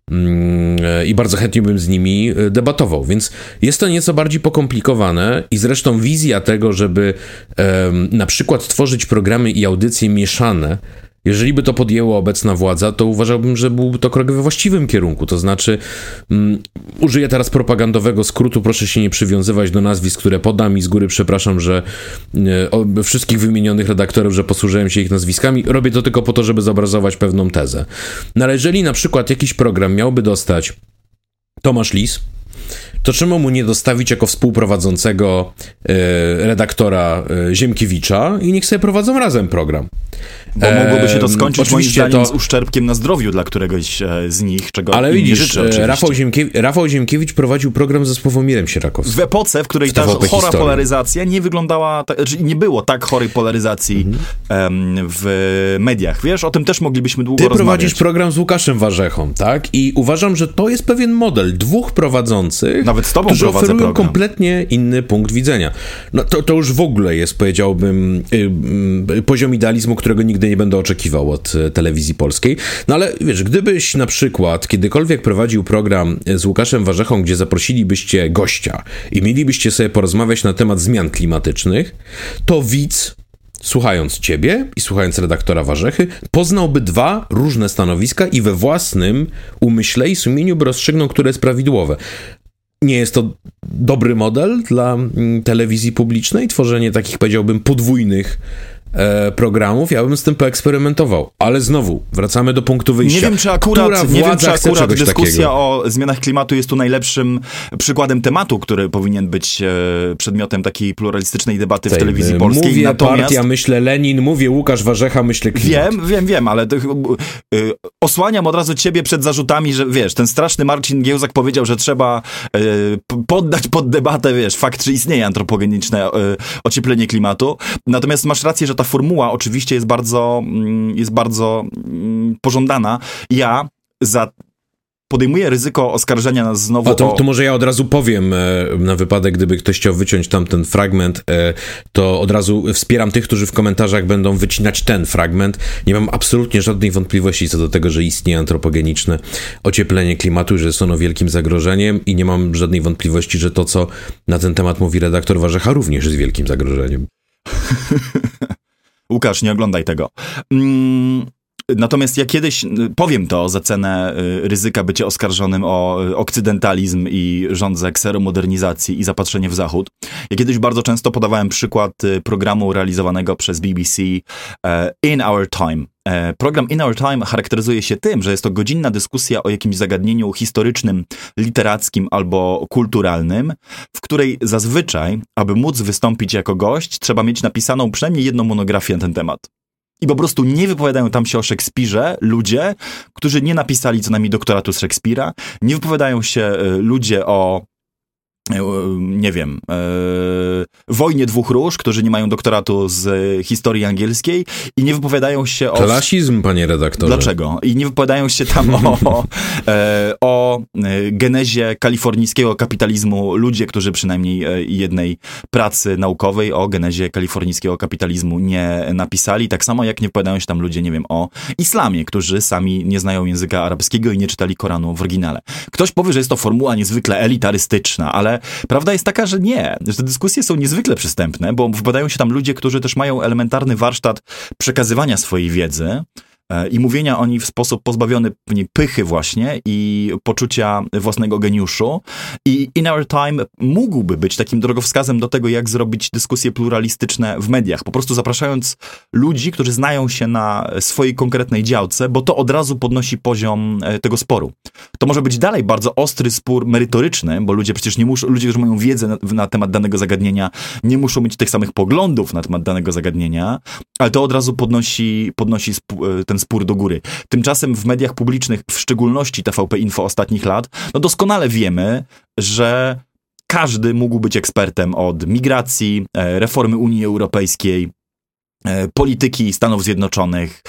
Y, I bardzo chętnie bym z nimi debatował, więc jest to nieco bardziej pokomplikowane i zresztą wizja tego, żeby y, na przykład tworzyć programy i audycje mieszane, jeżeli by to podjęła obecna władza, to uważałbym, że byłby to krok we właściwym kierunku. To znaczy, um, użyję teraz propagandowego skrótu, proszę się nie przywiązywać do nazwisk, które podam i z góry przepraszam, że e, o, wszystkich wymienionych redaktorów, że posłużyłem się ich nazwiskami. Robię to tylko po to, żeby zobrazować pewną tezę. No ale jeżeli na przykład jakiś program miałby dostać Tomasz Lis, to czemu mu nie dostawić jako współprowadzącego e, redaktora e, Ziemkiewicza i niech sobie prowadzą razem program? Bo mogłoby się to skończyć e, moim zdaniem to... z uszczerbkiem na zdrowiu dla któregoś e, z nich, czego Ale im widzisz, nie życzę oczywiście. Rafał, Ziemkie... Rafał Ziemkiewicz prowadził program ze Sławomirem Sierakowskim. W epoce, w której ta chora historii. polaryzacja nie wyglądała, ta, znaczy nie było tak chorej polaryzacji mhm. em, w mediach. Wiesz, o tym też moglibyśmy długo Ty rozmawiać. Ty prowadzisz program z Łukaszem Warzechą, tak? I uważam, że to jest pewien model dwóch prowadzących, nawet z tobą którzy prowadzę oferują program. kompletnie inny punkt widzenia. No to, to już w ogóle jest, powiedziałbym, y, y, poziom idealizmu, którego nigdy nie będę oczekiwał od y, telewizji polskiej. No ale wiesz, gdybyś na przykład kiedykolwiek prowadził program z Łukaszem Warzechą, gdzie zaprosilibyście gościa i mielibyście sobie porozmawiać na temat zmian klimatycznych, to widz, słuchając ciebie i słuchając redaktora Warzechy, poznałby dwa różne stanowiska i we własnym umyśle i sumieniu by rozstrzygnął, które jest prawidłowe. Nie jest to dobry model dla telewizji publicznej, tworzenie takich, powiedziałbym, podwójnych e, programów. Ja bym z tym poeksperymentował. Ale znowu, wracamy do punktu wyjścia. Nie wiem, czy akurat, nie wiem, czy akurat dyskusja takiego? o zmianach klimatu jest tu najlepszym przykładem tematu, który powinien być e, przedmiotem takiej pluralistycznej debaty w telewizji polskiej. Mówię Natomiast... partia, myślę Lenin, mówię Łukasz Warzecha, myślę klimat. Wiem, wiem, wiem, ale to, y, osłaniam od razu ciebie przed zarzutami, że wiesz, ten straszny Marcin Giełzak powiedział, że trzeba y, poddać pod debatę, wiesz, fakt, czy istnieje antropogeniczne y, ocieplenie klimatu. Natomiast masz rację, że ta formuła oczywiście jest bardzo, y, jest bardzo y, pożądana. Ja za podejmuję ryzyko oskarżenia nas znowu A to, o... to może ja od razu powiem, na wypadek, gdyby ktoś chciał wyciąć tamten fragment, to od razu wspieram tych, którzy w komentarzach będą wycinać ten fragment. Nie mam absolutnie żadnej wątpliwości co do tego, że istnieje antropogeniczne ocieplenie klimatu, że jest ono wielkim zagrożeniem i nie mam żadnej wątpliwości, że to, co na ten temat mówi redaktor Warzecha, również jest wielkim zagrożeniem. Łukasz, nie oglądaj tego. Mm... Natomiast ja kiedyś, powiem to za cenę ryzyka bycia oskarżonym o okcydentalizm i rządzę kseromodernizacji i zapatrzenie w Zachód. Ja kiedyś bardzo często podawałem przykład programu realizowanego przez B B C In Our Time. Program In Our Time charakteryzuje się tym, że jest to godzinna dyskusja o jakimś zagadnieniu historycznym, literackim albo kulturalnym, w której zazwyczaj, aby móc wystąpić jako gość, trzeba mieć napisaną przynajmniej jedną monografię na ten temat. I po prostu nie wypowiadają tam się o Szekspirze ludzie, którzy nie napisali co najmniej doktoratu z Szekspira. Nie wypowiadają się ludzie o, nie wiem, e, wojnie dwóch róż, którzy nie mają doktoratu z historii angielskiej. I nie wypowiadają się o... Klasizm, panie redaktorze. Dlaczego? I nie wypowiadają się tam o, e, o genezie kalifornijskiego kapitalizmu ludzie, którzy przynajmniej jednej pracy naukowej o genezie kalifornijskiego kapitalizmu nie napisali. Tak samo jak nie wypowiadają się tam ludzie, nie wiem, o islamie, którzy sami nie znają języka arabskiego i nie czytali Koranu w oryginale. Ktoś powie, że jest to formuła niezwykle elitarystyczna, ale prawda jest taka, że nie. Że te dyskusje są niezwykle przystępne, bo wypowiadają się tam ludzie, którzy też mają elementarny warsztat przekazywania swojej wiedzy, i mówienia o niej w sposób pozbawiony pewnie pychy właśnie i poczucia własnego geniuszu. I In Our Time mógłby być takim drogowskazem do tego, jak zrobić dyskusje pluralistyczne w mediach. Po prostu zapraszając ludzi, którzy znają się na swojej konkretnej działce, bo to od razu podnosi poziom tego sporu. To może być dalej bardzo ostry spór merytoryczny, bo ludzie przecież nie muszą, ludzie, którzy mają wiedzę na, na temat danego zagadnienia, nie muszą mieć tych samych poglądów na temat danego zagadnienia, ale to od razu podnosi, podnosi sp- ten spór do góry. Tymczasem w mediach publicznych, w szczególności T V P Info ostatnich lat, no doskonale wiemy, że każdy mógł być ekspertem od migracji, reformy Unii Europejskiej, polityki Stanów Zjednoczonych,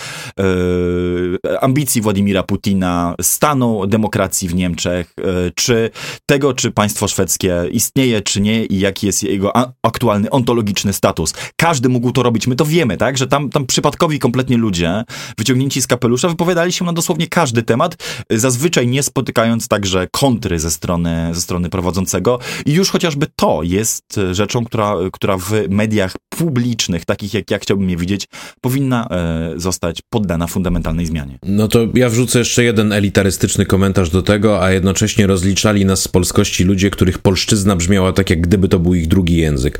yy, ambicji Władimira Putina, stanu demokracji w Niemczech, yy, czy tego, czy państwo szwedzkie istnieje, czy nie i jaki jest jego a- aktualny ontologiczny status. Każdy mógł to robić. My to wiemy, tak? Że tam, tam przypadkowi kompletnie ludzie, wyciągnięci z kapelusza, wypowiadali się na dosłownie każdy temat, zazwyczaj nie spotykając także kontry ze strony, ze strony prowadzącego. I już chociażby to jest rzeczą, która, która w mediach publicznych, takich jak ja chciałbym je widzieć, powinna e, zostać poddana fundamentalnej zmianie. No to ja wrzucę jeszcze jeden elitarystyczny komentarz do tego, a jednocześnie rozliczali nas z polskości ludzie, których polszczyzna brzmiała tak, jak gdyby to był ich drugi język.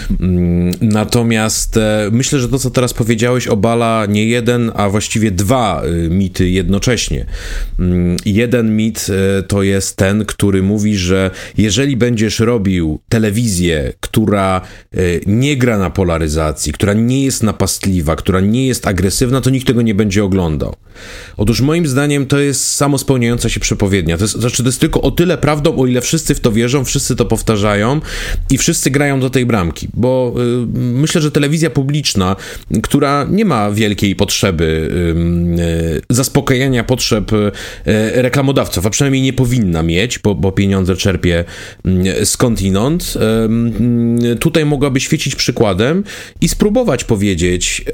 Natomiast e, myślę, że to, co teraz powiedziałeś, obala nie jeden, a właściwie dwa e, mity jednocześnie. Mm, jeden mit e, to jest ten, który mówi, że jeżeli będziesz robił telewizję, która e, nie gra na polaryzacji, która nie jest napastliwa, która nie jest agresywna, to nikt tego nie będzie oglądał. Otóż moim zdaniem to jest samospełniająca się przepowiednia. To jest, znaczy to jest tylko o tyle prawdą, o ile wszyscy w to wierzą, wszyscy to powtarzają i wszyscy grają do tej bramki, bo y, myślę, że telewizja publiczna, która nie ma wielkiej potrzeby y, y, zaspokajania potrzeb y, reklamodawców, a przynajmniej nie powinna mieć, bo, bo pieniądze czerpie y, skądinąd, y, y, tutaj mogłaby świecić przykładem i spróbować powiedzieć,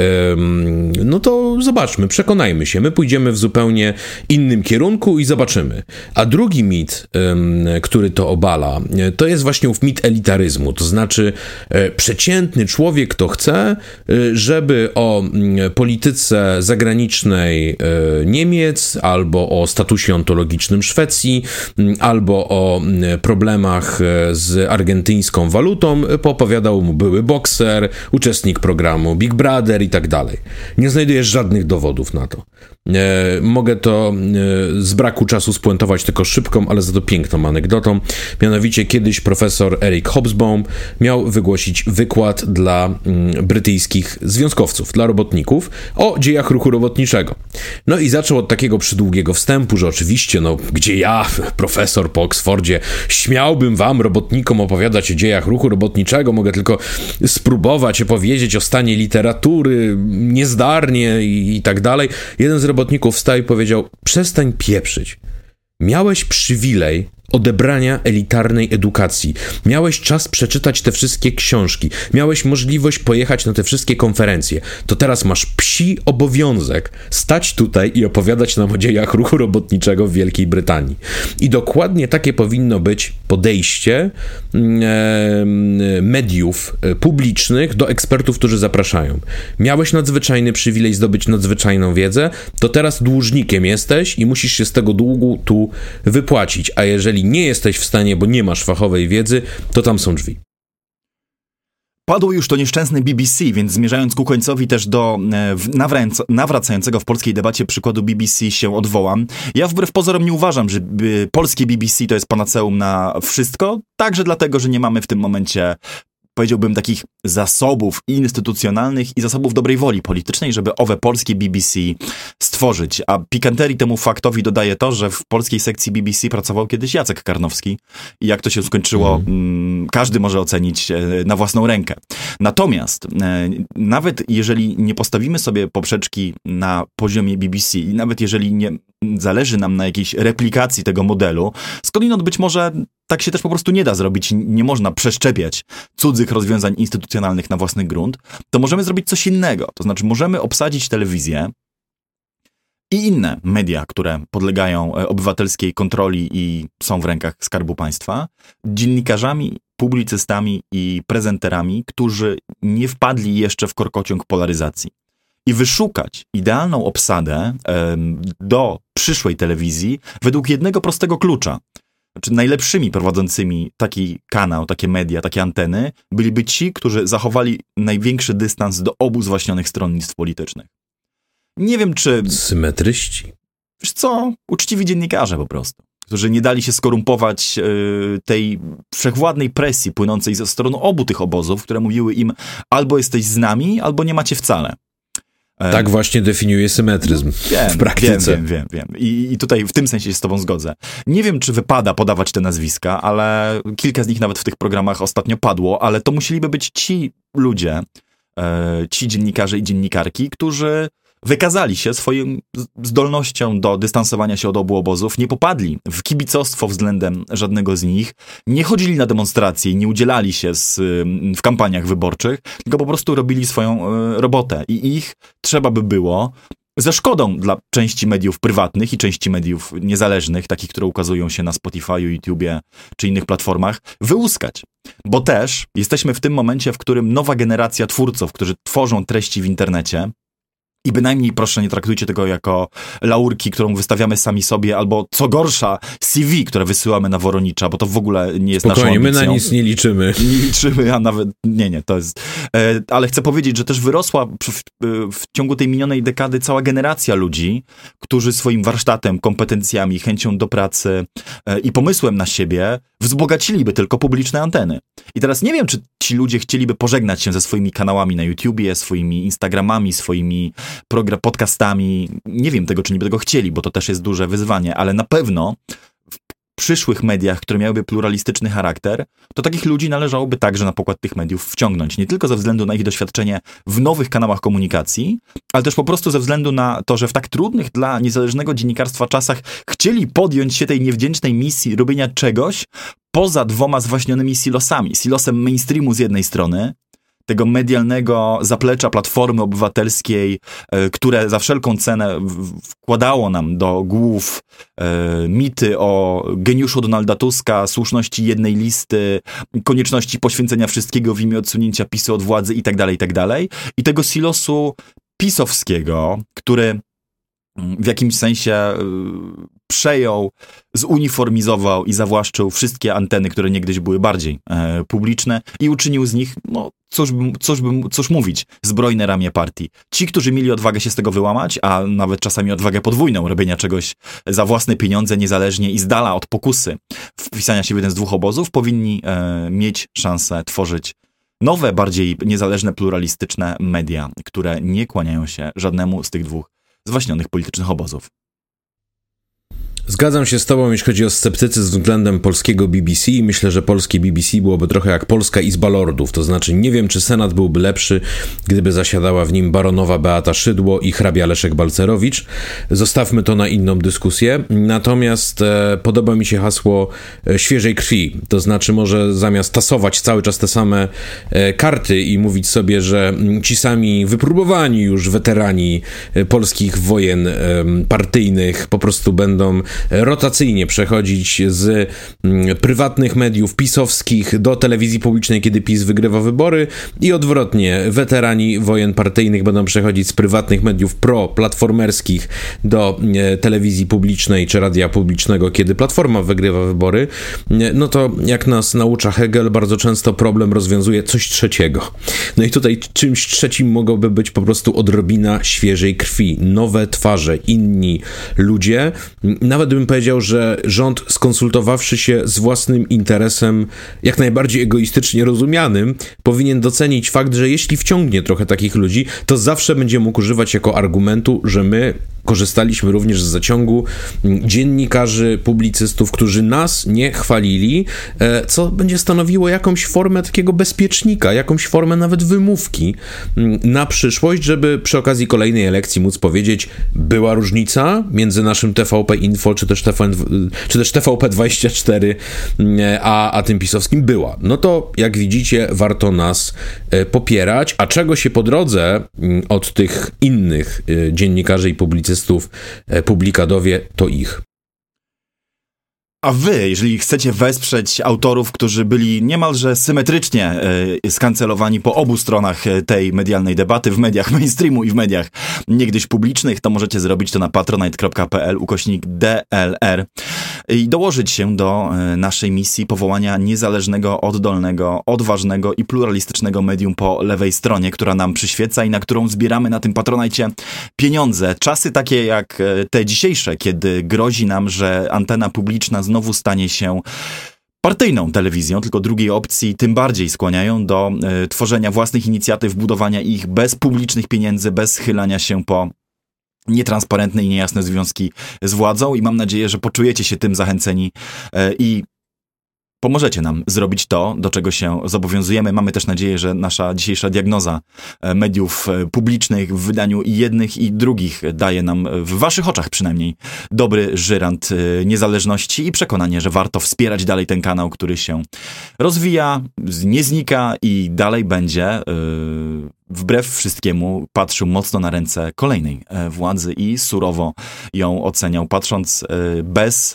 no to zobaczmy, przekonajmy się, my pójdziemy w zupełnie innym kierunku i zobaczymy. A drugi mit, który to obala, to jest właśnie ów mit elitaryzmu, to znaczy przeciętny człowiek to chce, żeby o polityce zagranicznej Niemiec, albo o statusie ontologicznym Szwecji, albo o problemach z argentyńską walutą opowiadał mu były bokser, uczestnik programu Big Brother i tak dalej. Nie znajdujesz żadnych dowodów na to. E, mogę to e, z braku czasu spuentować tylko szybką, ale za to piękną anegdotą. Mianowicie kiedyś profesor Eric Hobsbawm miał wygłosić wykład dla mm, brytyjskich związkowców, dla robotników o dziejach ruchu robotniczego. No i zaczął od takiego przydługiego wstępu, że oczywiście, no gdzie ja, profesor po Oksfordzie, śmiałbym wam, robotnikom, opowiadać o dziejach ruchu robotniczego, mogę tylko spróbować opowiedzieć o stanie literatury niezdarnie i, i tak dalej. Jeden z robotników wstał i powiedział: przestań pieprzyć. Miałeś przywilej odebrania elitarnej edukacji. Miałeś czas przeczytać te wszystkie książki. Miałeś możliwość pojechać na te wszystkie konferencje. To teraz masz psi obowiązek stać tutaj i opowiadać nam o dziejach ruchu robotniczego w Wielkiej Brytanii. I dokładnie takie powinno być podejście e, mediów publicznych do ekspertów, którzy zapraszają. Miałeś nadzwyczajny przywilej zdobyć nadzwyczajną wiedzę, to teraz dłużnikiem jesteś i musisz się z tego długu tu wypłacić. A jeżeli nie jesteś w stanie, bo nie masz fachowej wiedzy, to tam są drzwi. Padło już to nieszczęsne B B C, więc zmierzając ku końcowi też do nawrac- nawracającego w polskiej debacie przykładu B B C się odwołam. Ja wbrew pozorom nie uważam, że polskie B B C to jest panaceum na wszystko, także dlatego, że nie mamy w tym momencie, powiedziałbym, takich zasobów instytucjonalnych i zasobów dobrej woli politycznej, żeby owe polskie B B C stworzyć. A pikanterii temu faktowi dodaje to, że w polskiej sekcji B B C pracował kiedyś Jacek Karnowski i jak to się skończyło, mm. każdy może ocenić na własną rękę. Natomiast e, nawet jeżeli nie postawimy sobie poprzeczki na poziomie B B C i nawet jeżeli nie zależy nam na jakiejś replikacji tego modelu, skądinąd być może tak się też po prostu nie da zrobić, nie można przeszczepiać cudzych rozwiązań instytucjonalnych na własny grunt, to możemy zrobić coś innego. To znaczy możemy obsadzić telewizję i inne media, które podlegają obywatelskiej kontroli i są w rękach Skarbu Państwa, dziennikarzami, publicystami i prezenterami, którzy nie wpadli jeszcze w korkociąg polaryzacji. i wyszukać idealną obsadę em, do przyszłej telewizji według jednego prostego klucza. Znaczy najlepszymi prowadzącymi taki kanał, takie media, takie anteny byliby ci, którzy zachowali największy dystans do obu zwaśnionych stronnictw politycznych. Nie wiem, czy... Symetryści. Wiesz co? Uczciwi dziennikarze po prostu, którzy nie dali się skorumpować yy, tej wszechwładnej presji płynącej ze strony obu tych obozów, które mówiły im albo jesteś z nami, albo nie macie wcale. Tak właśnie definiuje symetryzm wiem, w praktyce. Wiem, wiem, wiem. wiem. I, I tutaj w tym sensie się z tobą zgodzę. Nie wiem, czy wypada podawać te nazwiska, ale kilka z nich nawet w tych programach ostatnio padło, ale to musieliby być ci ludzie, e, ci dziennikarze i dziennikarki, którzy wykazali się swoją zdolnością do dystansowania się od obu obozów, nie popadli w kibicostwo względem żadnego z nich, nie chodzili na demonstracje, nie udzielali się z, w kampaniach wyborczych, tylko po prostu robili swoją y, robotę i ich trzeba by było, ze szkodą dla części mediów prywatnych i części mediów niezależnych, takich, które ukazują się na Spotify'u, YouTubie czy innych platformach, wyłuskać. Bo też jesteśmy w tym momencie, w którym nowa generacja twórców, którzy tworzą treści w internecie, i bynajmniej, proszę, nie traktujcie tego jako laurki, którą wystawiamy sami sobie, albo co gorsza, C V, które wysyłamy na Woronicza, bo to w ogóle nie jest naszą ambicją. Spokojnie, my na nic nie liczymy. Nie liczymy, a nawet, nie, nie, to jest... E, ale chcę powiedzieć, że też wyrosła w, w, w ciągu tej minionej dekady cała generacja ludzi, którzy swoim warsztatem, kompetencjami, chęcią do pracy e, i pomysłem na siebie wzbogaciliby tylko publiczne anteny. I teraz nie wiem, czy ci ludzie chcieliby pożegnać się ze swoimi kanałami na YouTubie, swoimi Instagramami, swoimi program, podcastami. Nie wiem tego, czy niby tego chcieli, bo to też jest duże wyzwanie, ale na pewno w przyszłych mediach, które miałyby pluralistyczny charakter, to takich ludzi należałoby także na pokład tych mediów wciągnąć. Nie tylko ze względu na ich doświadczenie w nowych kanałach komunikacji, ale też po prostu ze względu na to, że w tak trudnych dla niezależnego dziennikarstwa czasach chcieli podjąć się tej niewdzięcznej misji robienia czegoś poza dwoma zwaśnionymi silosami. Silosem mainstreamu z jednej strony, tego medialnego zaplecza Platformy Obywatelskiej, e, które za wszelką cenę w, wkładało nam do głów e, mity o geniuszu Donalda Tuska, słuszności jednej listy, konieczności poświęcenia wszystkiego w imię odsunięcia PiSu od władzy i tak dalej, i tak dalej. I tego silosu pisowskiego, który w jakimś sensie y, przejął, zuniformizował i zawłaszczył wszystkie anteny, które niegdyś były bardziej e, publiczne i uczynił z nich, no cóż by, cóż by, cóż mówić, zbrojne ramię partii. Ci, którzy mieli odwagę się z tego wyłamać, a nawet czasami odwagę podwójną, robienia czegoś za własne pieniądze, niezależnie i z dala od pokusy wpisania się w jeden z dwóch obozów, powinni e, mieć szansę tworzyć nowe, bardziej niezależne, pluralistyczne media, które nie kłaniają się żadnemu z tych dwóch zwaśnionych politycznych obozów. Zgadzam się z tobą, jeśli chodzi o sceptycyzm względem polskiego B B C i myślę, że polskie B B C byłoby trochę jak polska Izba Lordów, to znaczy nie wiem, czy Senat byłby lepszy, gdyby zasiadała w nim baronowa Beata Szydło i hrabia Leszek Balcerowicz. Zostawmy to na inną dyskusję, natomiast e, podoba mi się hasło e, świeżej krwi, to znaczy może zamiast tasować cały czas te same e, karty i mówić sobie, że ci sami wypróbowani już weterani e, polskich wojen e, partyjnych po prostu będą rotacyjnie przechodzić z mm, prywatnych mediów pisowskich do telewizji publicznej, kiedy PiS wygrywa wybory i odwrotnie, weterani wojen partyjnych będą przechodzić z prywatnych mediów pro-platformerskich do e, telewizji publicznej czy radia publicznego, kiedy Platforma wygrywa wybory, e, no to jak nas naucza Hegel, bardzo często problem rozwiązuje coś trzeciego. No i tutaj czymś trzecim mogłoby być po prostu odrobina świeżej krwi, nowe twarze, inni ludzie, nawet bym powiedział, że rząd, skonsultowawszy się z własnym interesem, jak najbardziej egoistycznie rozumianym, powinien docenić fakt, że jeśli wciągnie trochę takich ludzi, to zawsze będzie mógł używać jako argumentu, że my korzystaliśmy również z zaciągu dziennikarzy, publicystów, którzy nas nie chwalili, co będzie stanowiło jakąś formę takiego bezpiecznika, jakąś formę nawet wymówki na przyszłość, żeby przy okazji kolejnej elekcji móc powiedzieć, była różnica między naszym T V P Info, czy też, T V N, czy też T V P dwadzieścia cztery, a, a tym pisowskim była. No to, jak widzicie, warto nas popierać, a czego się po drodze od tych innych dziennikarzy i publicystów publika dowie, to ich. A wy, jeżeli chcecie wesprzeć autorów, którzy byli niemalże symetrycznie y, skancelowani po obu stronach tej medialnej debaty, w mediach mainstreamu i w mediach niegdyś publicznych, to możecie zrobić to na patronite.pl ukośnik DLR i dołożyć się do y, naszej misji powołania niezależnego, oddolnego, odważnego i pluralistycznego medium po lewej stronie, która nam przyświeca i na którą zbieramy na tym Patronite pieniądze. Czasy takie jak te dzisiejsze, kiedy grozi nam, że antena publiczna znowu stanie się partyjną telewizją, tylko drugiej opcji, tym bardziej skłaniają do y, tworzenia własnych inicjatyw, budowania ich bez publicznych pieniędzy, bez schylania się po nietransparentne i niejasne związki z władzą i mam nadzieję, że poczujecie się tym zachęceni y, i pomożecie nam zrobić to, do czego się zobowiązujemy. Mamy też nadzieję, że nasza dzisiejsza diagnoza mediów publicznych w wydaniu i jednych i drugich daje nam, w waszych oczach przynajmniej, dobry żyrant niezależności i przekonanie, że warto wspierać dalej ten kanał, który się rozwija, nie znika i dalej będzie, wbrew wszystkiemu, patrzył mocno na ręce kolejnej władzy i surowo ją oceniał, patrząc bez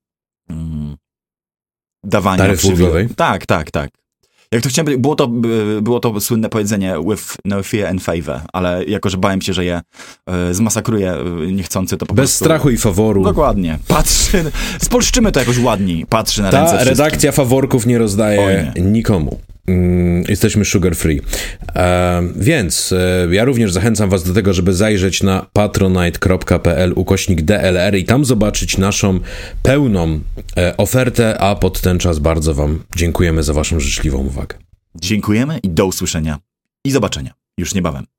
dawania taryfy ulgowej? Tak, tak, tak. Jak to chciałem, było to, było to słynne powiedzenie with no fear and favor, ale jako, że bałem się, że je y, zmasakruję y, niechcący, to po Bez prostu... strachu i faworu. Dokładnie. Patrzy, spolszczymy to jakoś ładniej. Patrzy na Ta ręce wszystkim. redakcja faworków nie rozdaje nie. nikomu. Mm, jesteśmy sugar free. E, więc e, ja również zachęcam was do tego, żeby zajrzeć na patronite.pl ukośnik DLR i tam zobaczyć naszą pełną e, ofertę, a pod ten czas bardzo wam dziękujemy za waszą życzliwą uwagę. Dziękujemy i do usłyszenia i zobaczenia już niebawem.